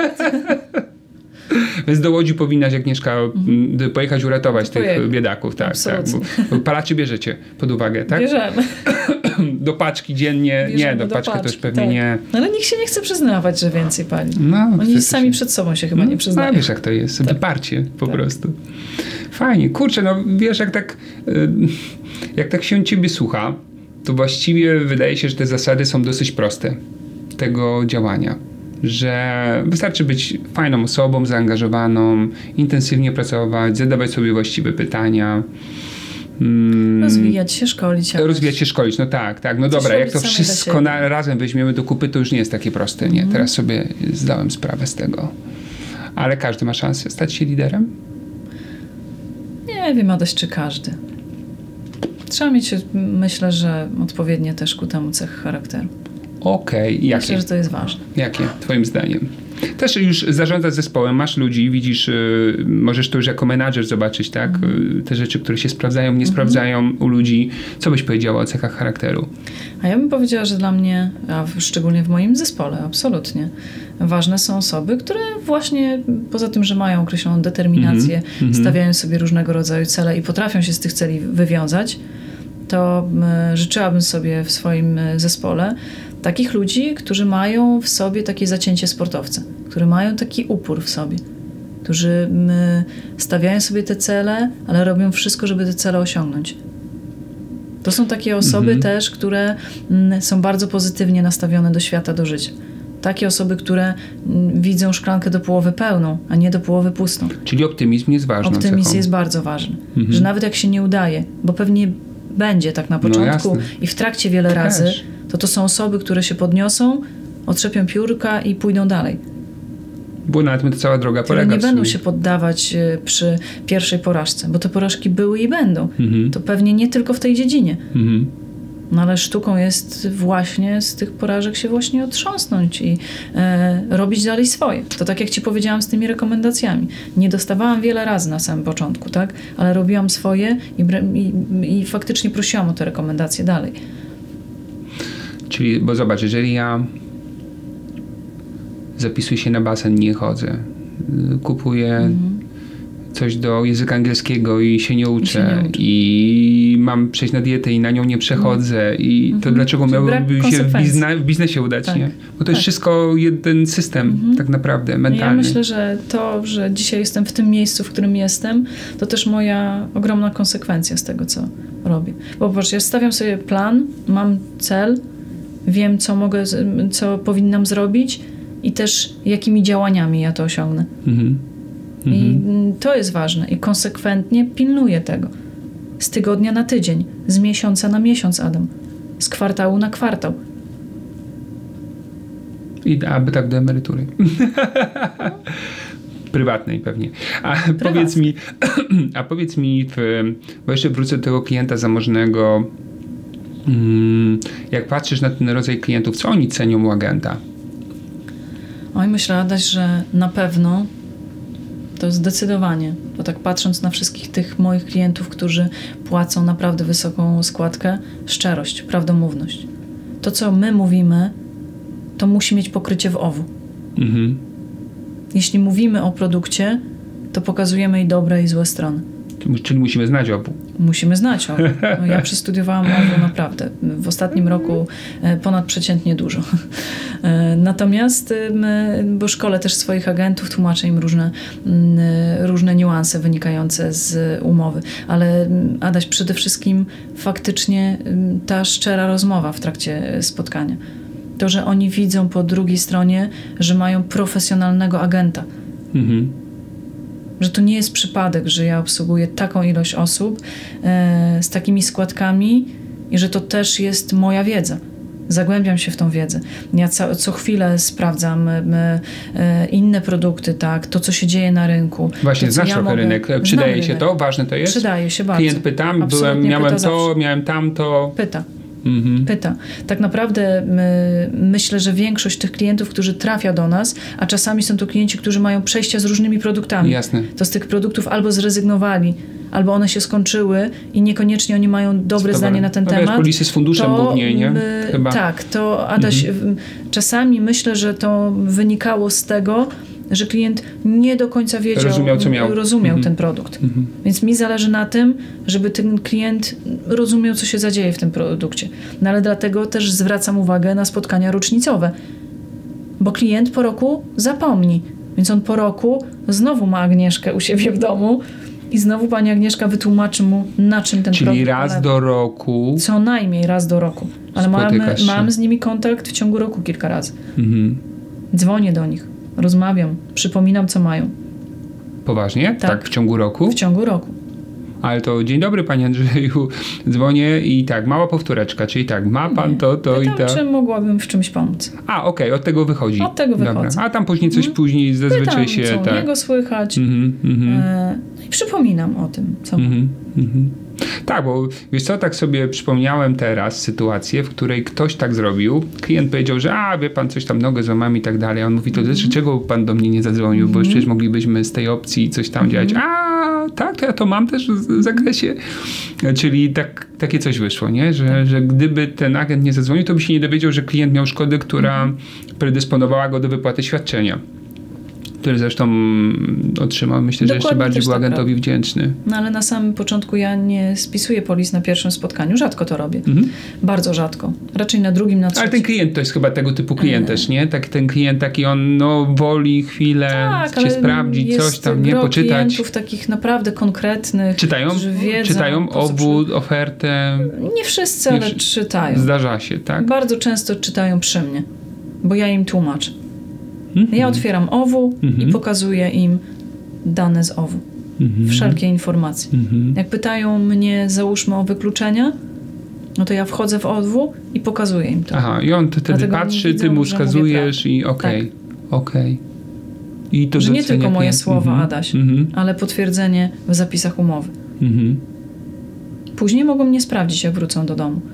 Więc do Łodzi powinnaś, Agnieszka, pojechać uratować tych biedaków. Tak, bo palaczy bierzecie pod uwagę, tak?
Bierzemy.
Do paczki dziennie. Nie, do paczki to już pewnie nie.
No, ale nikt się nie chce przyznawać, że więcej pali.
No,
oni sami przed sobą się chyba nie przyznają.
Wiesz, jak to jest. Wyparcie po prostu. Fajnie. Kurczę, no wiesz, jak tak się ciebie słucha, to właściwie wydaje się, że te zasady są dosyć proste. tego działania. Że wystarczy być fajną osobą, zaangażowaną, intensywnie pracować, zadawać sobie właściwe pytania.
Rozwijać się, szkolić.
Rozwijać się, szkolić, no tak. No
coś
dobra, jak to
robić
wszystko razem weźmiemy do kupy, to już nie jest takie proste, nie? Teraz sobie zdałem sprawę z tego. Ale każdy ma szansę stać się liderem?
Nie wiem, Adaś, czy każdy. Trzeba mieć, myślę, że odpowiednie też ku temu cechy charakteru.
Okej. Jakie?
Myślę, że to jest ważne.
Jakie, twoim zdaniem? Też już zarządzasz zespołem, masz ludzi, widzisz, możesz to już jako menadżer zobaczyć, tak? Te rzeczy, które się sprawdzają, nie sprawdzają u ludzi. Co byś powiedziała o cechach charakteru?
A ja bym powiedziała, że dla mnie, a szczególnie w moim zespole, absolutnie, ważne są osoby, które właśnie poza tym, że mają określoną determinację, stawiają sobie różnego rodzaju cele i potrafią się z tych celi wywiązać, to życzyłabym sobie w swoim zespole takich ludzi, którzy mają w sobie takie zacięcie sportowca, którzy mają taki upór w sobie, którzy stawiają sobie te cele, ale robią wszystko, żeby te cele osiągnąć. To są takie osoby też, które są bardzo pozytywnie nastawione do świata, do życia. Takie osoby, które widzą szklankę do połowy pełną, a nie do połowy pustą.
Czyli optymizm jest ważny.
Optymizm jest bardzo ważny. Że nawet jak się nie udaje, bo pewnie będzie tak na początku i w trakcie wiele razy, to są osoby, które się podniosą, otrzepią piórka i pójdą dalej.
Bo na tym cała droga polega.
Które nie będą się poddawać przy pierwszej porażce, bo te porażki były i będą. To pewnie nie tylko w tej dziedzinie. No ale sztuką jest właśnie z tych porażek się właśnie otrząsnąć i robić dalej swoje. To tak jak ci powiedziałam z tymi rekomendacjami. Nie dostawałam wiele razy na samym początku, tak? Ale robiłam swoje i faktycznie prosiłam o te rekomendacje dalej.
Czyli, bo zobacz, jeżeli ja zapisuję się na basen, nie chodzę, kupuję coś do języka angielskiego i się nie uczę i mam przejść na dietę i na nią nie przechodzę i to dlaczego miałoby się w biznesie udać, nie? Bo to jest wszystko jeden system tak naprawdę, mentalny.
Ja myślę, że to, że dzisiaj jestem w tym miejscu, w którym jestem, to też moja ogromna konsekwencja z tego, co robię. Bo popatrz, ja stawiam sobie plan, mam cel, wiem, co powinnam zrobić i też jakimi działaniami ja to osiągnę. I to jest ważne. I konsekwentnie pilnuję tego. Z tygodnia na tydzień, z miesiąca na miesiąc, Adam. Z kwartału na kwartał.
I aby tak do emerytury. Prywatnej pewnie. Powiedz mi, bo jeszcze wrócę do tego klienta zamożnego. Jak patrzysz na ten rodzaj klientów, co oni cenią u agenta?
Oj, myślę, Adaś, że na pewno to zdecydowanie, bo tak patrząc na wszystkich tych moich klientów, którzy płacą naprawdę wysoką składkę, szczerość, prawdomówność. To, co my mówimy, to musi mieć pokrycie w owu. Jeśli mówimy o produkcie, to pokazujemy i dobre, i złe strony.
Czyli musimy znać obu.
Musimy znać obu. No, ja przestudiowałam obu naprawdę. W ostatnim roku ponadprzeciętnie dużo. Natomiast, bo szkolę też swoich agentów, tłumaczę im różne niuanse wynikające z umowy. Ale Adaś, przede wszystkim faktycznie ta szczera rozmowa w trakcie spotkania. To, że oni widzą po drugiej stronie, że mają profesjonalnego agenta. Że to nie jest przypadek, że ja obsługuję taką ilość osób z takimi składkami i że to też jest moja wiedza. Zagłębiam się w tą wiedzę. Ja co chwilę sprawdzam inne produkty, tak, to co się dzieje na rynku.
Właśnie, znasz trochę rynek. Przydaje się to? Ważne to jest?
Przydaje się bardzo.
Klient pyta, miałem to, miałem tamto.
Pyta. Tak naprawdę myślę, że większość tych klientów, którzy trafia do nas, a czasami są to klienci, którzy mają przejścia z różnymi produktami.
Jasne.
To z tych produktów albo zrezygnowali, albo one się skończyły i niekoniecznie oni mają dobre zdanie na ten temat.
Polisy z funduszem głównie, nie? Chyba.
Tak, to Adaś, czasami myślę, że to wynikało z tego, że klient nie do końca rozumiał ten produkt. Więc mi zależy na tym, żeby ten klient rozumiał, co się zadzieje w tym produkcie. No ale dlatego też zwracam uwagę na spotkania rocznicowe. Bo klient po roku zapomni. Więc on po roku znowu ma Agnieszkę u siebie w domu i znowu pani Agnieszka wytłumaczy mu, na czym ten produkt
Czyli raz do roku.
Co najmniej raz do roku. Ale
spotykasz się.
mam z nimi kontakt w ciągu roku kilka razy.
Mhm.
Dzwonię do nich, rozmawiam, przypominam, co mają.
Poważnie?
Tak.
W ciągu roku?
W ciągu roku.
Ale to dzień dobry, panie Andrzeju, dzwonię i tak, mała powtóreczka, czyli tak, ma pan to i
Pytam,
to.
czy mogłabym w czymś pomóc.
A, okej, od tego wychodzi.
Od tego
Dobra.
wychodzę.
A tam później coś później zazwyczaj
Pytam,
się...
co u
tak.
niego słychać. I przypominam o tym, co mam.
Tak, bo wiesz co, tak sobie przypomniałem teraz sytuację, w której ktoś tak zrobił. Klient powiedział, że wie pan, coś tam nogę złamałem i tak dalej. A on mówi, to dlaczego pan do mnie nie zadzwonił, bo przecież moglibyśmy z tej opcji coś tam działać. Tak, to ja to mam też w zakresie. Czyli takie coś wyszło, nie? Że gdyby ten agent nie zadzwonił, to by się nie dowiedział, że klient miał szkodę, która predysponowała go do wypłaty świadczenia. Który zresztą otrzymał, myślę, że
Dokładnie
jeszcze bardziej
też
był
tak
agentowi
robię.
wdzięczny.
No ale na samym początku ja nie spisuję polis na pierwszym spotkaniu. Rzadko to robię. Bardzo rzadko. Raczej na drugim, na trzecim.
Ale ten klient to jest chyba tego typu klient też, nie? Ten klient taki, on woli chwilę się sprawdzić, coś tam, nie? Poczytać.
klientów takich naprawdę konkretnych, którzy wiedzą,
czytają obwód, ofertę.
Nie wszyscy, ale czytają.
Zdarza się, tak?
Bardzo często czytają przy mnie, bo ja im tłumaczę. Ja otwieram OWU i pokazuję im dane z OWU. Wszelkie informacje. Jak pytają mnie, załóżmy, o wykluczenia, no to ja wchodzę w OWU i pokazuję im to.
Aha, i on wtedy patrzy, ty mu wskazujesz i okej. I to
że nie tylko moje
klient.
słowa, Adaś, ale potwierdzenie w zapisach umowy. Później mogą mnie sprawdzić, jak wrócą do domu.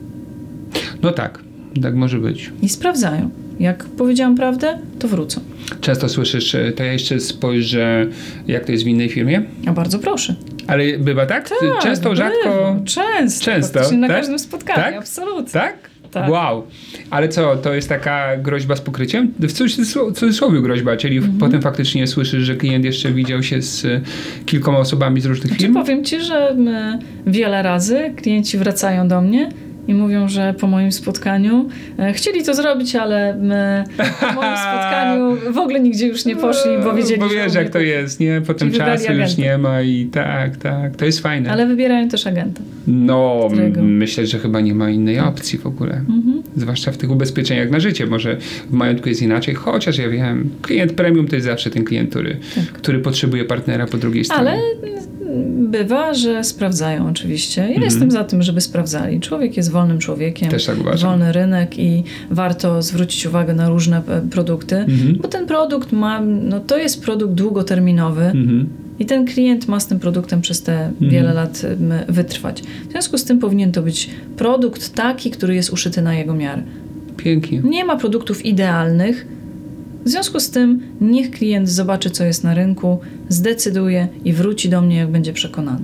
No tak może być.
I sprawdzają. Jak powiedziałam prawdę, to wrócą.
Często słyszysz, to ja jeszcze spojrzę, jak to jest w innej firmie?
A bardzo proszę.
Ale bywa tak? Często, rzadko?
Często. Na każdym spotkaniu,
tak?
absolutnie.
Tak?
Tak.
Wow. Ale co, to jest taka groźba z pokryciem? W cudzysłowie groźba, czyli potem faktycznie słyszysz, że klient jeszcze widział się z kilkoma osobami z różnych firm?
Powiem ci, że wiele razy klienci wracają do mnie i mówią, że po moim spotkaniu chcieli to zrobić, ale po moim spotkaniu w ogóle nigdzie już nie poszli, bo wiedzieli,
bo wiesz, jak to jest, nie? Potem czasu już nie ma i tak, to jest fajne.
Ale wybierają też agenta.
No, myślę, że chyba nie ma innej opcji w ogóle. Zwłaszcza w tych ubezpieczeniach na życie. Może w majątku jest inaczej, chociaż ja wiem, klient premium to jest zawsze ten klient, który potrzebuje partnera po drugiej stronie.
Ale bywa, że sprawdzają oczywiście. Ja jestem za tym, żeby sprawdzali. Człowiek jest wolnym człowiekiem.
Też tak uważam.
Wolny rynek i warto zwrócić uwagę na różne produkty, bo ten produkt to jest produkt długoterminowy i ten klient ma z tym produktem przez te wiele lat wytrwać. W związku z tym powinien to być produkt taki, który jest uszyty na jego miarę.
Pięknie.
Nie ma produktów idealnych. W związku z tym niech klient zobaczy, co jest na rynku, zdecyduje i wróci do mnie, jak będzie przekonany.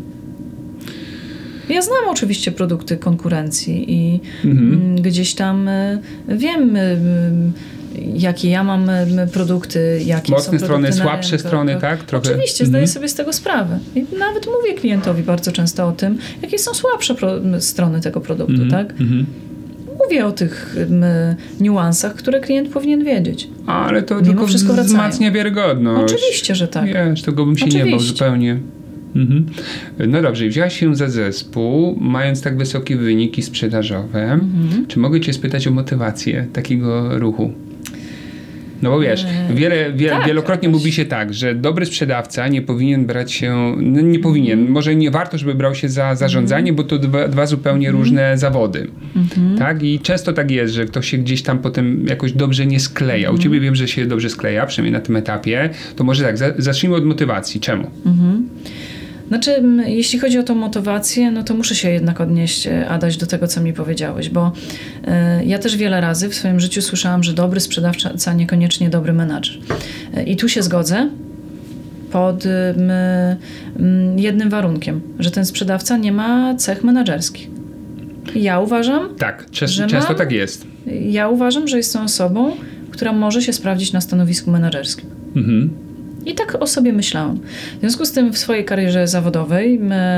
Ja znam oczywiście produkty konkurencji i gdzieś tam wiem, jakie ja mam produkty, jakie
mocne
są
strony,
produkty
słabsze strony, tak? Trochę.
Oczywiście, zdaję sobie z tego sprawę. I nawet mówię klientowi bardzo często o tym, jakie są słabsze strony tego produktu, tak? Mówię o tych niuansach, które klient powinien wiedzieć.
Ale to tylko wzmacnia wiarygodność.
Oczywiście, że tak.
Wiesz, tego bym się nie bał zupełnie. No dobrze, wzięłaś się za zespół, mając tak wysokie wyniki sprzedażowe. Czy mogę cię spytać o motywację takiego ruchu? No bo wiesz, wielokrotnie mówi się tak, że dobry sprzedawca nie powinien brać się, nie powinien, może nie warto, żeby brał się za zarządzanie, bo to dwa zupełnie różne zawody. Tak? I często tak jest, że ktoś się gdzieś tam potem jakoś dobrze nie skleja. U ciebie wiem, że się dobrze skleja, przynajmniej na tym etapie. To może tak, zacznijmy od motywacji. Czemu?
Znaczy, jeśli chodzi o tą motywację, no to muszę się jednak odnieść, Adaś, do tego, co mi powiedziałeś, bo ja też wiele razy w swoim życiu słyszałam, że dobry sprzedawca niekoniecznie dobry menadżer. I tu się zgodzę pod jednym warunkiem, że ten sprzedawca nie ma cech menadżerskich. Ja uważam,
tak, często tak jest.
Ja uważam, że jest tą osobą, która może się sprawdzić na stanowisku menadżerskim. I tak o sobie myślałam. W związku z tym w swojej karierze zawodowej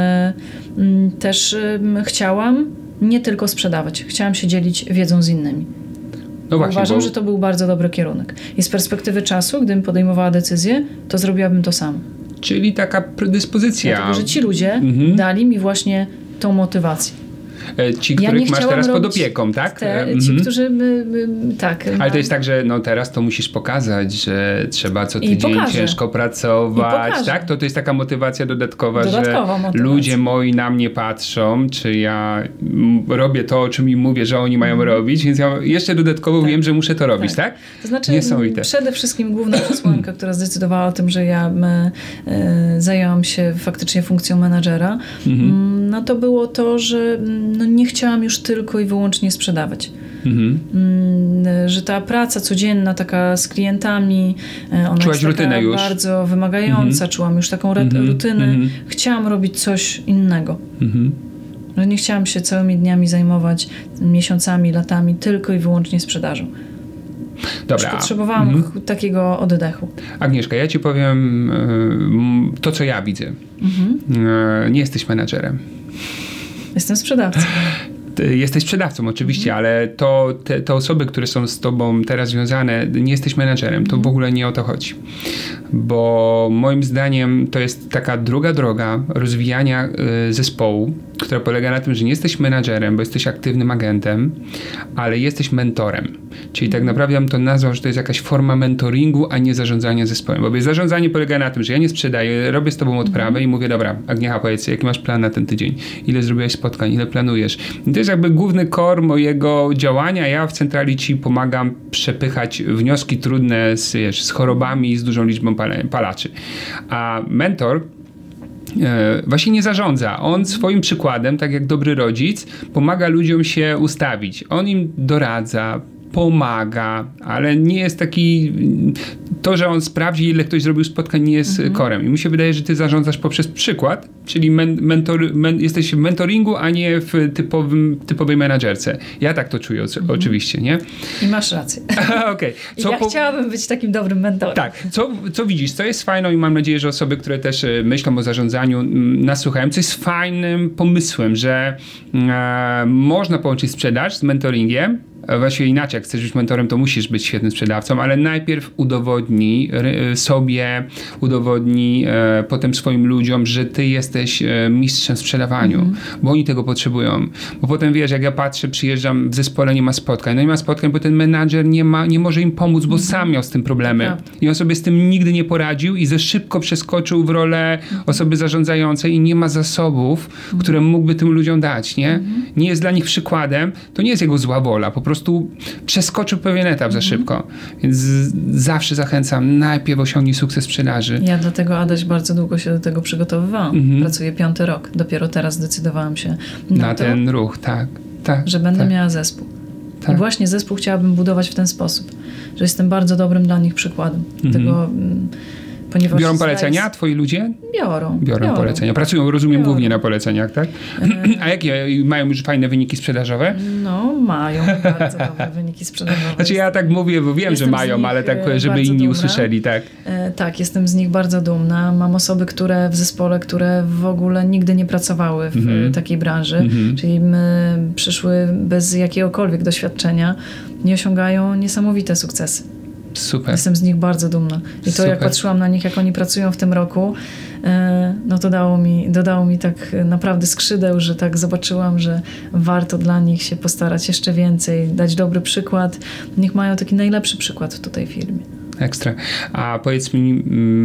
też chciałam nie tylko sprzedawać. Chciałam się dzielić wiedzą z innymi. No właśnie, uważam, że to był bardzo dobry kierunek. I z perspektywy czasu, gdybym podejmowała decyzję, to zrobiłabym to samo.
Czyli taka predyspozycja.
Dlatego, że ci ludzie dali mi właśnie tą motywację.
Ci, których masz teraz pod opieką, tak?
Ci, którzy... tak.
Ale to jest tak, że teraz to musisz pokazać, że trzeba co tydzień ciężko pracować, tak? To jest taka motywacja dodatkowa, że ludzie moi na mnie patrzą, czy ja robię to, o czym im mówię, że oni mają robić, więc ja jeszcze dodatkowo wiem, że muszę to robić, tak?
To znaczy przede wszystkim główna przesłanka, która zdecydowała o tym, że ja zajęłam się faktycznie funkcją menadżera, no to było to, że nie chciałam już tylko i wyłącznie sprzedawać. Że ta praca codzienna, taka z klientami, ona
czułaś
jest taka
już
bardzo wymagająca, czułam już taką rutynę. Chciałam robić coś innego. Że nie chciałam się całymi dniami zajmować, miesiącami, latami, tylko i wyłącznie sprzedażą.
Dobra.
Potrzebowałam takiego oddechu.
Agnieszka, ja ci powiem to, co ja widzę. Nie jesteś menadżerem.
Jestem sprzedawcą.
Jesteś sprzedawcą oczywiście, ale te osoby, które są z tobą teraz związane, nie jesteś menadżerem, to w ogóle nie o to chodzi. Bo moim zdaniem to jest taka druga droga rozwijania zespołu, która polega na tym, że nie jesteś menadżerem, bo jesteś aktywnym agentem, ale jesteś mentorem. Czyli tak naprawdę ja bym to nazwał, że to jest jakaś forma mentoringu, a nie zarządzania zespołem. Bo zarządzanie polega na tym, że ja nie sprzedaję, robię z tobą odprawę i mówię, dobra, Agniecha, powiedz, jaki masz plan na ten tydzień? Ile zrobiłeś spotkań? Ile planujesz? I to jest jakby główny core mojego działania. Ja w centrali ci pomagam przepychać wnioski trudne z chorobami, z dużą liczbą palaczy. A mentor właśnie nie zarządza. On swoim przykładem, tak jak dobry rodzic, pomaga ludziom się ustawić. On im doradza, pomaga, ale nie jest taki... To, że on sprawdzi, ile ktoś zrobił spotkań, nie jest korem. I mi się wydaje, że ty zarządzasz poprzez przykład, czyli jesteś w mentoringu, a nie w typowej menadżerce. Ja tak to czuję oczywiście, nie?
I masz rację.
Okay.
Chciałabym być takim dobrym mentorem.
Tak. Co widzisz? Co jest fajne i mam nadzieję, że osoby, które też myślą o zarządzaniu, nas słuchają, co jest fajnym pomysłem, że można połączyć sprzedaż z mentoringiem. Właściwie inaczej, jak chcesz być mentorem, to musisz być świetnym sprzedawcą, ale najpierw udowodnij sobie, potem swoim ludziom, że ty jesteś mistrzem w sprzedawaniu, bo oni tego potrzebują. Bo potem wiesz, jak ja patrzę, przyjeżdżam w zespole, nie ma spotkań. No nie ma spotkań, bo ten menadżer nie może im pomóc, bo sam miał z tym problemy. I on sobie z tym nigdy nie poradził i za szybko przeskoczył w rolę osoby zarządzającej i nie ma zasobów, które mógłby tym ludziom dać, nie? Nie jest dla nich przykładem, to nie jest jego zła wola, po prostu przeskoczył pewien etap za szybko. Więc zawsze zachęcam, najpierw osiągnij sukces sprzedaży.
Ja dlatego, Adaś, bardzo długo się do tego przygotowywałam. Pracuję 5. rok. Dopiero teraz zdecydowałam się na
ten ruch, tak.
Że będę miała zespół. I właśnie zespół chciałabym budować w ten sposób, że jestem bardzo dobrym dla nich przykładem. Tego, ponieważ
biorą polecenia twoi ludzie? Biorą polecenia. Pracują, rozumiem, głównie na poleceniach, tak? A jakie mają już fajne wyniki sprzedażowe?
No, mają bardzo dobre wyniki sprzedażowe.
Znaczy ja tak mówię, bo wiem, że mają, ale tak, żeby inni usłyszeli, tak?
Tak, jestem z nich bardzo dumna. Mam osoby, które w zespole, które w ogóle nigdy nie pracowały w takiej branży, czyli przyszły bez jakiegokolwiek doświadczenia i osiągają niesamowite sukcesy.
Super.
Jestem z nich bardzo dumna. I to jak patrzyłam na nich, jak oni pracują w tym roku, no to dodało mi tak naprawdę skrzydeł, że tak zobaczyłam, że warto dla nich się postarać jeszcze więcej, dać dobry przykład. Niech mają taki najlepszy przykład w tej firmie.
Ekstra. A powiedz mi,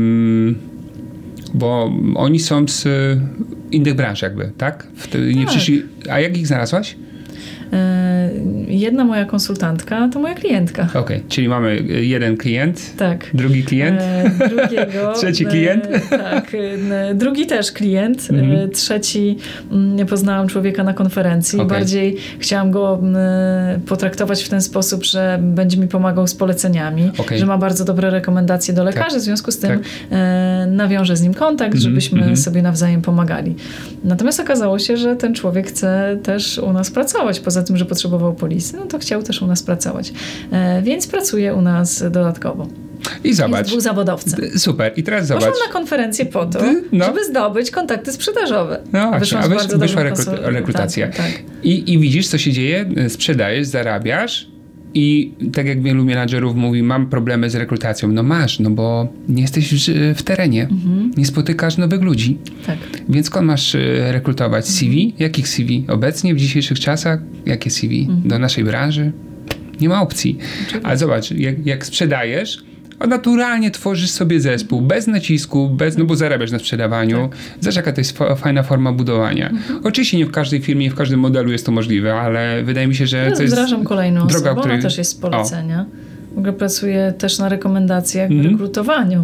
bo oni są z innych branż jakby, tak? Nie przyszli. A jak ich znalazłaś?
Jedna moja konsultantka to moja klientka.
Okej, czyli mamy jeden klient,
tak.
Drugi klient,
drugiego,
trzeci klient.
Tak, drugi też klient, trzeci poznałam człowieka na konferencji. Bardziej chciałam go potraktować w ten sposób, że będzie mi pomagał z poleceniami, że ma bardzo dobre rekomendacje do lekarzy, w związku z tym nawiążę z nim kontakt, żebyśmy sobie nawzajem pomagali. Natomiast okazało się, że ten człowiek chce też u nas pracować. Poza tym, że potrzebował polisy, no to chciał też u nas pracować. Więc pracuje u nas dodatkowo.
I zobacz.
Jest dwuzawodowcem.
Super. I teraz zobacz.
Poszłam na konferencję po to, żeby zdobyć kontakty sprzedażowe.
No właśnie, wyszła rekrutacja.
Tak.
I widzisz, co się dzieje? Sprzedajesz, zarabiasz I tak jak wielu menadżerów mówi, mam problemy z rekrutacją. No masz, no bo nie jesteś w terenie, nie spotykasz nowych ludzi.
Tak.
Więc skąd masz rekrutować? CV? Jakich CV? Obecnie, w dzisiejszych czasach? Jakie CV? Do naszej branży? Nie ma opcji. Ale zobacz, jak sprzedajesz, naturalnie tworzysz sobie zespół, bez nacisku, no bo zarabiasz na sprzedawaniu. Tak. Zobacz, jaka to jest fajna forma budowania. Oczywiście nie w każdej firmie, nie w każdym modelu jest to możliwe, ale wydaje mi się, że
ja
to jest
wdrażam kolejną
droga,
osobę, ona też jest z polecenia. W ogóle pracuję też na rekomendacjach w rekrutowaniu.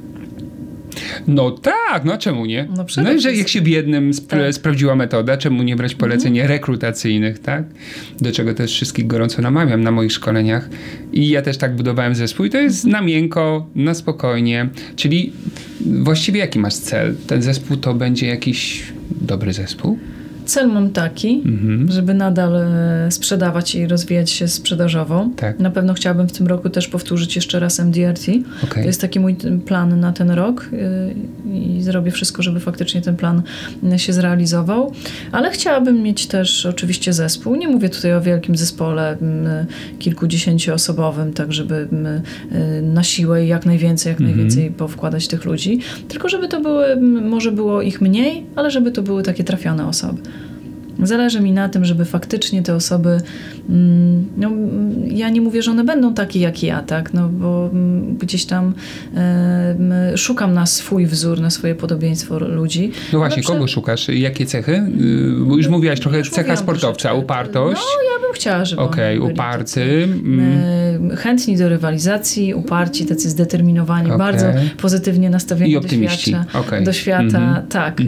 No tak, no czemu nie?
No
i że jak się w jednym sprawdziła metoda, czemu nie brać poleceń rekrutacyjnych, tak? Do czego też wszystkich gorąco namawiam na moich szkoleniach. I ja też tak budowałem zespół i to jest na miękko, na spokojnie. Czyli właściwie jaki masz cel? Ten zespół to będzie jakiś dobry zespół?
Cel mam taki, żeby nadal sprzedawać i rozwijać się sprzedażowo.
Tak.
Na pewno chciałabym w tym roku też powtórzyć jeszcze raz MDRT.
Okay.
To jest taki mój plan na ten rok i zrobię wszystko, żeby faktycznie ten plan się zrealizował. Ale chciałabym mieć też oczywiście zespół. Nie mówię tutaj o wielkim zespole kilkudziesięcioosobowym, tak żeby na siłę jak najwięcej powkładać tych ludzi. Tylko żeby to może było ich mniej, ale żeby to były takie trafione osoby. Zależy mi na tym, żeby faktycznie te osoby, no ja nie mówię, że one będą takie jak ja, tak, no bo gdzieś tam szukam na swój wzór, na swoje podobieństwo ludzi.
No właśnie, kogo szukasz? Jakie cechy? Bo już mówiłaś trochę cecha sportowca, upartość.
No ja bym chciała, żeby
oni byli uparty.
Chętni do rywalizacji, uparci, tacy zdeterminowani, bardzo pozytywnie nastawieni do świata. Tak.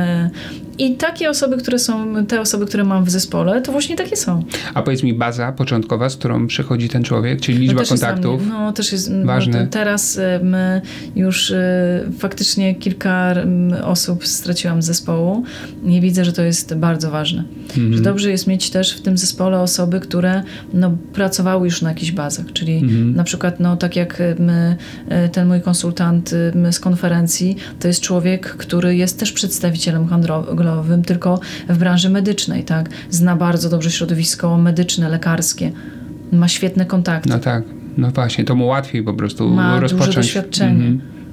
I takie osoby, te osoby, które mam w zespole, to właśnie takie są.
A powiedz mi, baza początkowa, z którą przychodzi ten człowiek, czyli liczba kontaktów?
Też jest
ważne.
No teraz już faktycznie kilka osób straciłam z zespołu i widzę, że to jest bardzo ważne. Że dobrze jest mieć też w tym zespole osoby, które pracowały już na jakichś bazach, czyli na przykład tak jak ten mój konsultant z konferencji, to jest człowiek, który jest też przedstawicielem handlowym, tylko w branży medycznej, tak? Zna bardzo dobrze środowisko medyczne, lekarskie. Ma świetne kontakty.
No tak, no właśnie, to mu łatwiej po prostu
ma
rozpocząć.
Ma duże doświadczenie.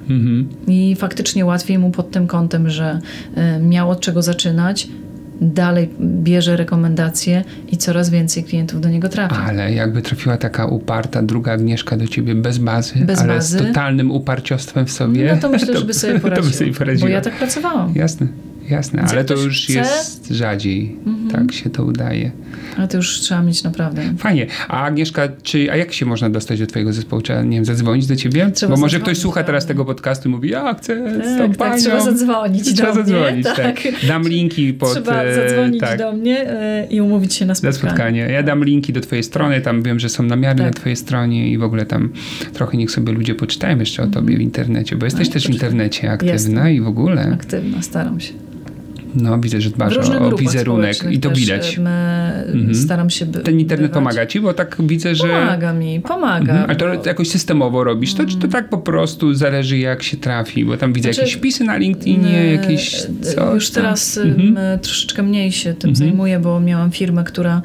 I faktycznie łatwiej mu pod tym kątem, że miał od czego zaczynać, dalej bierze rekomendacje i coraz więcej klientów do niego trafia.
Ale jakby trafiła taka uparta druga Agnieszka do ciebie bez bazy, ale z totalnym uparciostwem w sobie.
No to myślę, żeby sobie poradziła. Bo ja tak pracowałam.
Jasne, ale to już jest rzadziej. Tak się to udaje.
Ale to już trzeba mieć naprawdę.
Fajnie. A Agnieszka, a jak się można dostać do twojego zespołu? Trzeba, nie wiem, zadzwonić do ciebie? Bo może ktoś słucha teraz tego podcastu i mówi, ja chcę z tą panią.
Trzeba zadzwonić do mnie. Tak.
Dam linki pod...
Trzeba zadzwonić do mnie i umówić się na spotkanie.
Ja dam linki do twojej strony, tam wiem, że są namiary na twojej stronie i w ogóle tam trochę niech sobie ludzie poczytają jeszcze o tobie w internecie, bo jesteś też w internecie aktywna i w ogóle.
Aktywna, staram się.
No, widzę, że dbasz o wizerunek i to widać.
Staram się
Ten internet pomaga ci, bo tak widzę, że...
Pomaga.
A to jakoś systemowo robisz? Czy to tak po prostu zależy, jak się trafi? Bo tam widzę jakieś wpisy na LinkedInie, jakieś coś.
Już teraz troszeczkę mniej się tym zajmuję, bo miałam firmę, która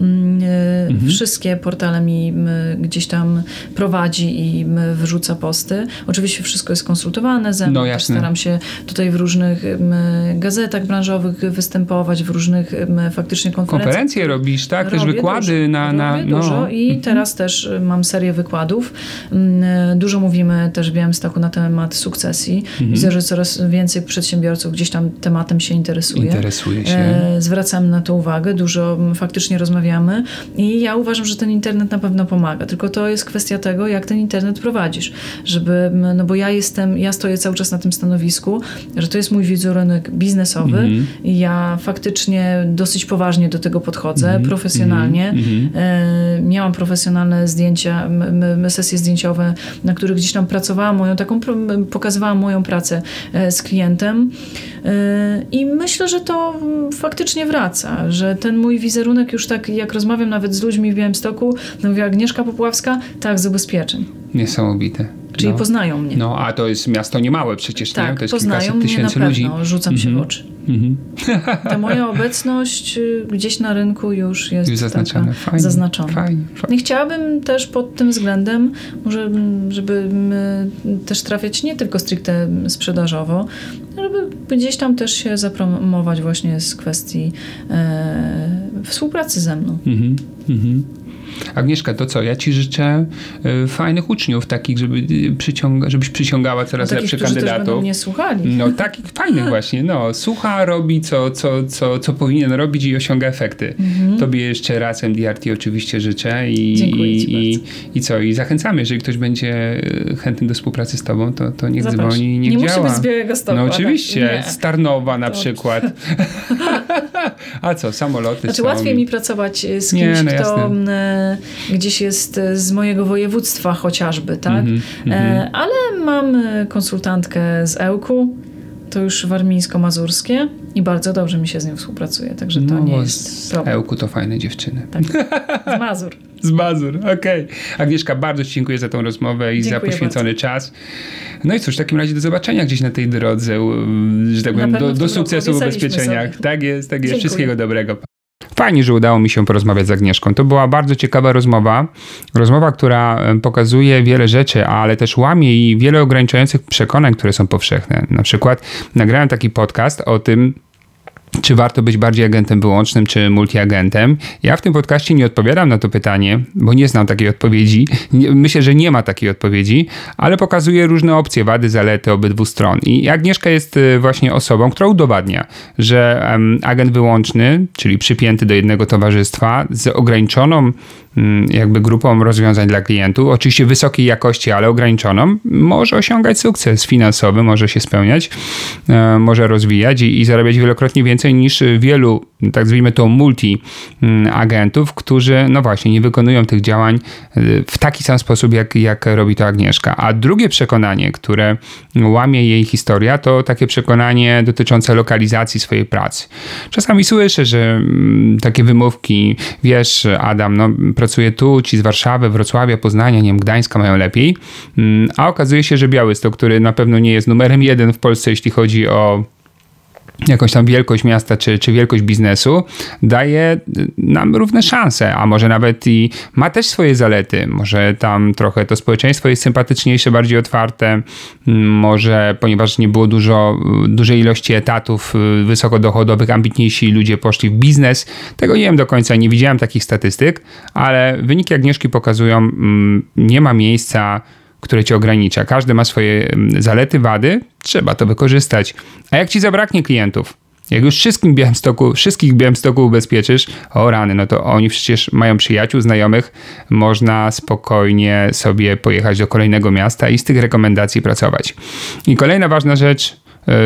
wszystkie portale mi gdzieś tam prowadzi i wrzuca posty. Oczywiście wszystko jest konsultowane ze mną. Też staram się tutaj w różnych gazetach branżowych występować, w różnych faktycznie konferencjach.
Konferencje robisz, tak? Też wykłady
dużo i teraz też mam serię wykładów. Dużo mówimy też w Białymstoku na temat sukcesji. Widzę, że coraz więcej przedsiębiorców gdzieś tam tematem się interesuje. Zwracamy na to uwagę, dużo faktycznie rozmawiamy i ja uważam, że ten internet na pewno pomaga. Tylko to jest kwestia tego, jak ten internet prowadzisz. Żeby, bo ja stoję cały czas na tym stanowisku, że to jest mój wizerunek biznesowy i ja faktycznie dosyć poważnie do tego podchodzę, profesjonalnie. Miałam profesjonalne zdjęcia, sesje zdjęciowe, na których gdzieś tam pracowałam, pokazywałam moją pracę z klientem i myślę, że to faktycznie wraca, że ten mój wizerunek już tak, jak rozmawiam nawet z ludźmi w Białymstoku, mówię, Agnieszka Popławska, tak, z ubezpieczeń.
Niesamowite.
Czyli poznają mnie.
No, a to jest miasto niemałe przecież,
tak,
nie? To jest
poznają
kilkaset
mnie na
tysięcy
pewno,
ludzi.
rzucam się w oczy. Ta moja obecność gdzieś na rynku już jest
zaznaczona. Fajnie,
zaznaczona.
Fajnie.
I chciałabym też pod tym względem, może żeby też trafiać nie tylko stricte sprzedażowo, żeby gdzieś tam też się zapromować właśnie z kwestii współpracy ze mną.
Agnieszka, to co? Ja ci życzę fajnych uczniów, takich, żebyś przyciągała coraz lepszych kandydatów.
Też będą mnie słuchali.
No takich fajnych właśnie. No, słucha, robi co powinien robić i osiąga efekty. Tobie jeszcze raz MDRT oczywiście życzę i zachęcamy, jeżeli ktoś będzie chętny do współpracy z tobą, to niech dzwoni i niech
nie
działa.
Nie musi być z Białegostoku.
No oczywiście, z Tarnowa na przykład. A co, samoloty
znaczy,
są.
łatwiej mi pracować z kimś, kto gdzieś jest z mojego województwa chociażby, tak? Ale mam konsultantkę z Ełku, to już warmińsko-mazurskie i bardzo dobrze mi się z nią współpracuje, także to nie jest problem.
Z Ełku to fajne dziewczyny.
Tak. Z Mazur.
Z Mazur, okej. Agnieszka, bardzo ci dziękuję za tą rozmowę i za poświęcony czas. No i cóż, w takim razie do zobaczenia gdzieś na tej drodze, że tak powiem, do sukcesu w ubezpieczeniach. Sobie. Tak jest. Wszystkiego dobrego. Fajnie, że udało mi się porozmawiać z Agnieszką. To była bardzo ciekawa rozmowa. Rozmowa, która pokazuje wiele rzeczy, ale też łamie i wiele ograniczających przekonań, które są powszechne. Na przykład nagrałem taki podcast o tym, czy warto być bardziej agentem wyłącznym, czy multiagentem. Ja w tym podcaście nie odpowiadam na to pytanie, bo nie znam takiej odpowiedzi. Myślę, że nie ma takiej odpowiedzi, ale pokazuję różne opcje, wady, zalety obydwu stron. I Agnieszka jest właśnie osobą, która udowadnia, że agent wyłączny, czyli przypięty do jednego towarzystwa z ograniczoną jakby grupą rozwiązań dla klientów, oczywiście wysokiej jakości, ale ograniczoną, może osiągać sukces finansowy, może się spełniać, może rozwijać i zarabiać wielokrotnie więcej niż wielu, tak nazwijmy to, multi-agentów, którzy no właśnie nie wykonują tych działań w taki sam sposób, jak robi to Agnieszka. A drugie przekonanie, które łamie jej historia, to takie przekonanie dotyczące lokalizacji swojej pracy. Czasami słyszę, że takie wymówki, wiesz, Adam, no pracuję tu, ci z Warszawy, Wrocławia, Poznania, nie wiem, Gdańska mają lepiej, a okazuje się, że Białystok, który na pewno nie jest numerem 1 w Polsce, jeśli chodzi o jakąś tam wielkość miasta czy wielkość biznesu, daje nam równe szanse, a może nawet i ma też swoje zalety. Może tam trochę to społeczeństwo jest sympatyczniejsze, bardziej otwarte, może ponieważ nie było dużej ilości etatów wysokodochodowych, ambitniejsi ludzie poszli w biznes. Tego nie wiem do końca, nie widziałem takich statystyk, ale wyniki Agnieszki pokazują, nie ma miejsca, które cię ogranicza. Każdy ma swoje zalety, wady, trzeba to wykorzystać. A jak ci zabraknie klientów, jak już wszystkich w Białymstoku ubezpieczysz, o rany, no to oni przecież mają przyjaciół, znajomych, można spokojnie sobie pojechać do kolejnego miasta i z tych rekomendacji pracować. I kolejna ważna rzecz,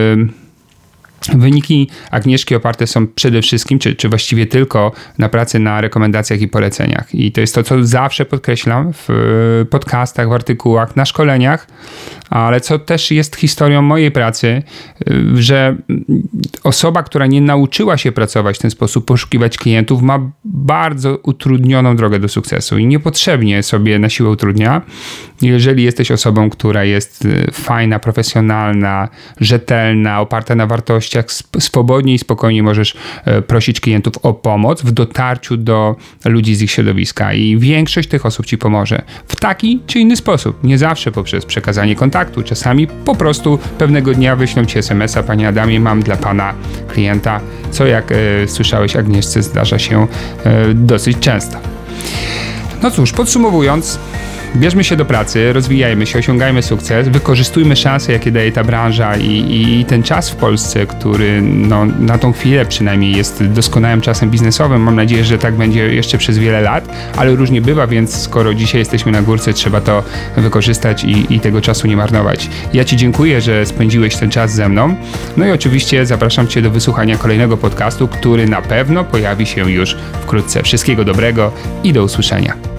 wyniki Agnieszki oparte są przede wszystkim, czy właściwie tylko na pracy na rekomendacjach i poleceniach. I to jest to, co zawsze podkreślam w podcastach, w artykułach, na szkoleniach, ale co też jest historią mojej pracy, że osoba, która nie nauczyła się pracować w ten sposób, poszukiwać klientów, ma bardzo utrudnioną drogę do sukcesu i niepotrzebnie sobie na siłę utrudnia. Jeżeli jesteś osobą, która jest fajna, profesjonalna, rzetelna, oparta na wartościach, swobodnie i spokojnie możesz prosić klientów o pomoc w dotarciu do ludzi z ich środowiska i większość tych osób ci pomoże w taki czy inny sposób. Nie zawsze poprzez przekazanie kontaktu, czasami po prostu pewnego dnia wyślą ci SMS-a: panie Adamie, mam dla pana klienta, co jak słyszałeś, Agnieszce, zdarza się dosyć często. No cóż, podsumowując, bierzmy się do pracy, rozwijajmy się, osiągajmy sukces, wykorzystujmy szanse, jakie daje ta branża i ten czas w Polsce, który no, na tą chwilę przynajmniej jest doskonałym czasem biznesowym. Mam nadzieję, że tak będzie jeszcze przez wiele lat, ale różnie bywa, więc skoro dzisiaj jesteśmy na górce, trzeba to wykorzystać i tego czasu nie marnować. Ja ci dziękuję, że spędziłeś ten czas ze mną. No i oczywiście zapraszam cię do wysłuchania kolejnego podcastu, który na pewno pojawi się już wkrótce. Wszystkiego dobrego i do usłyszenia.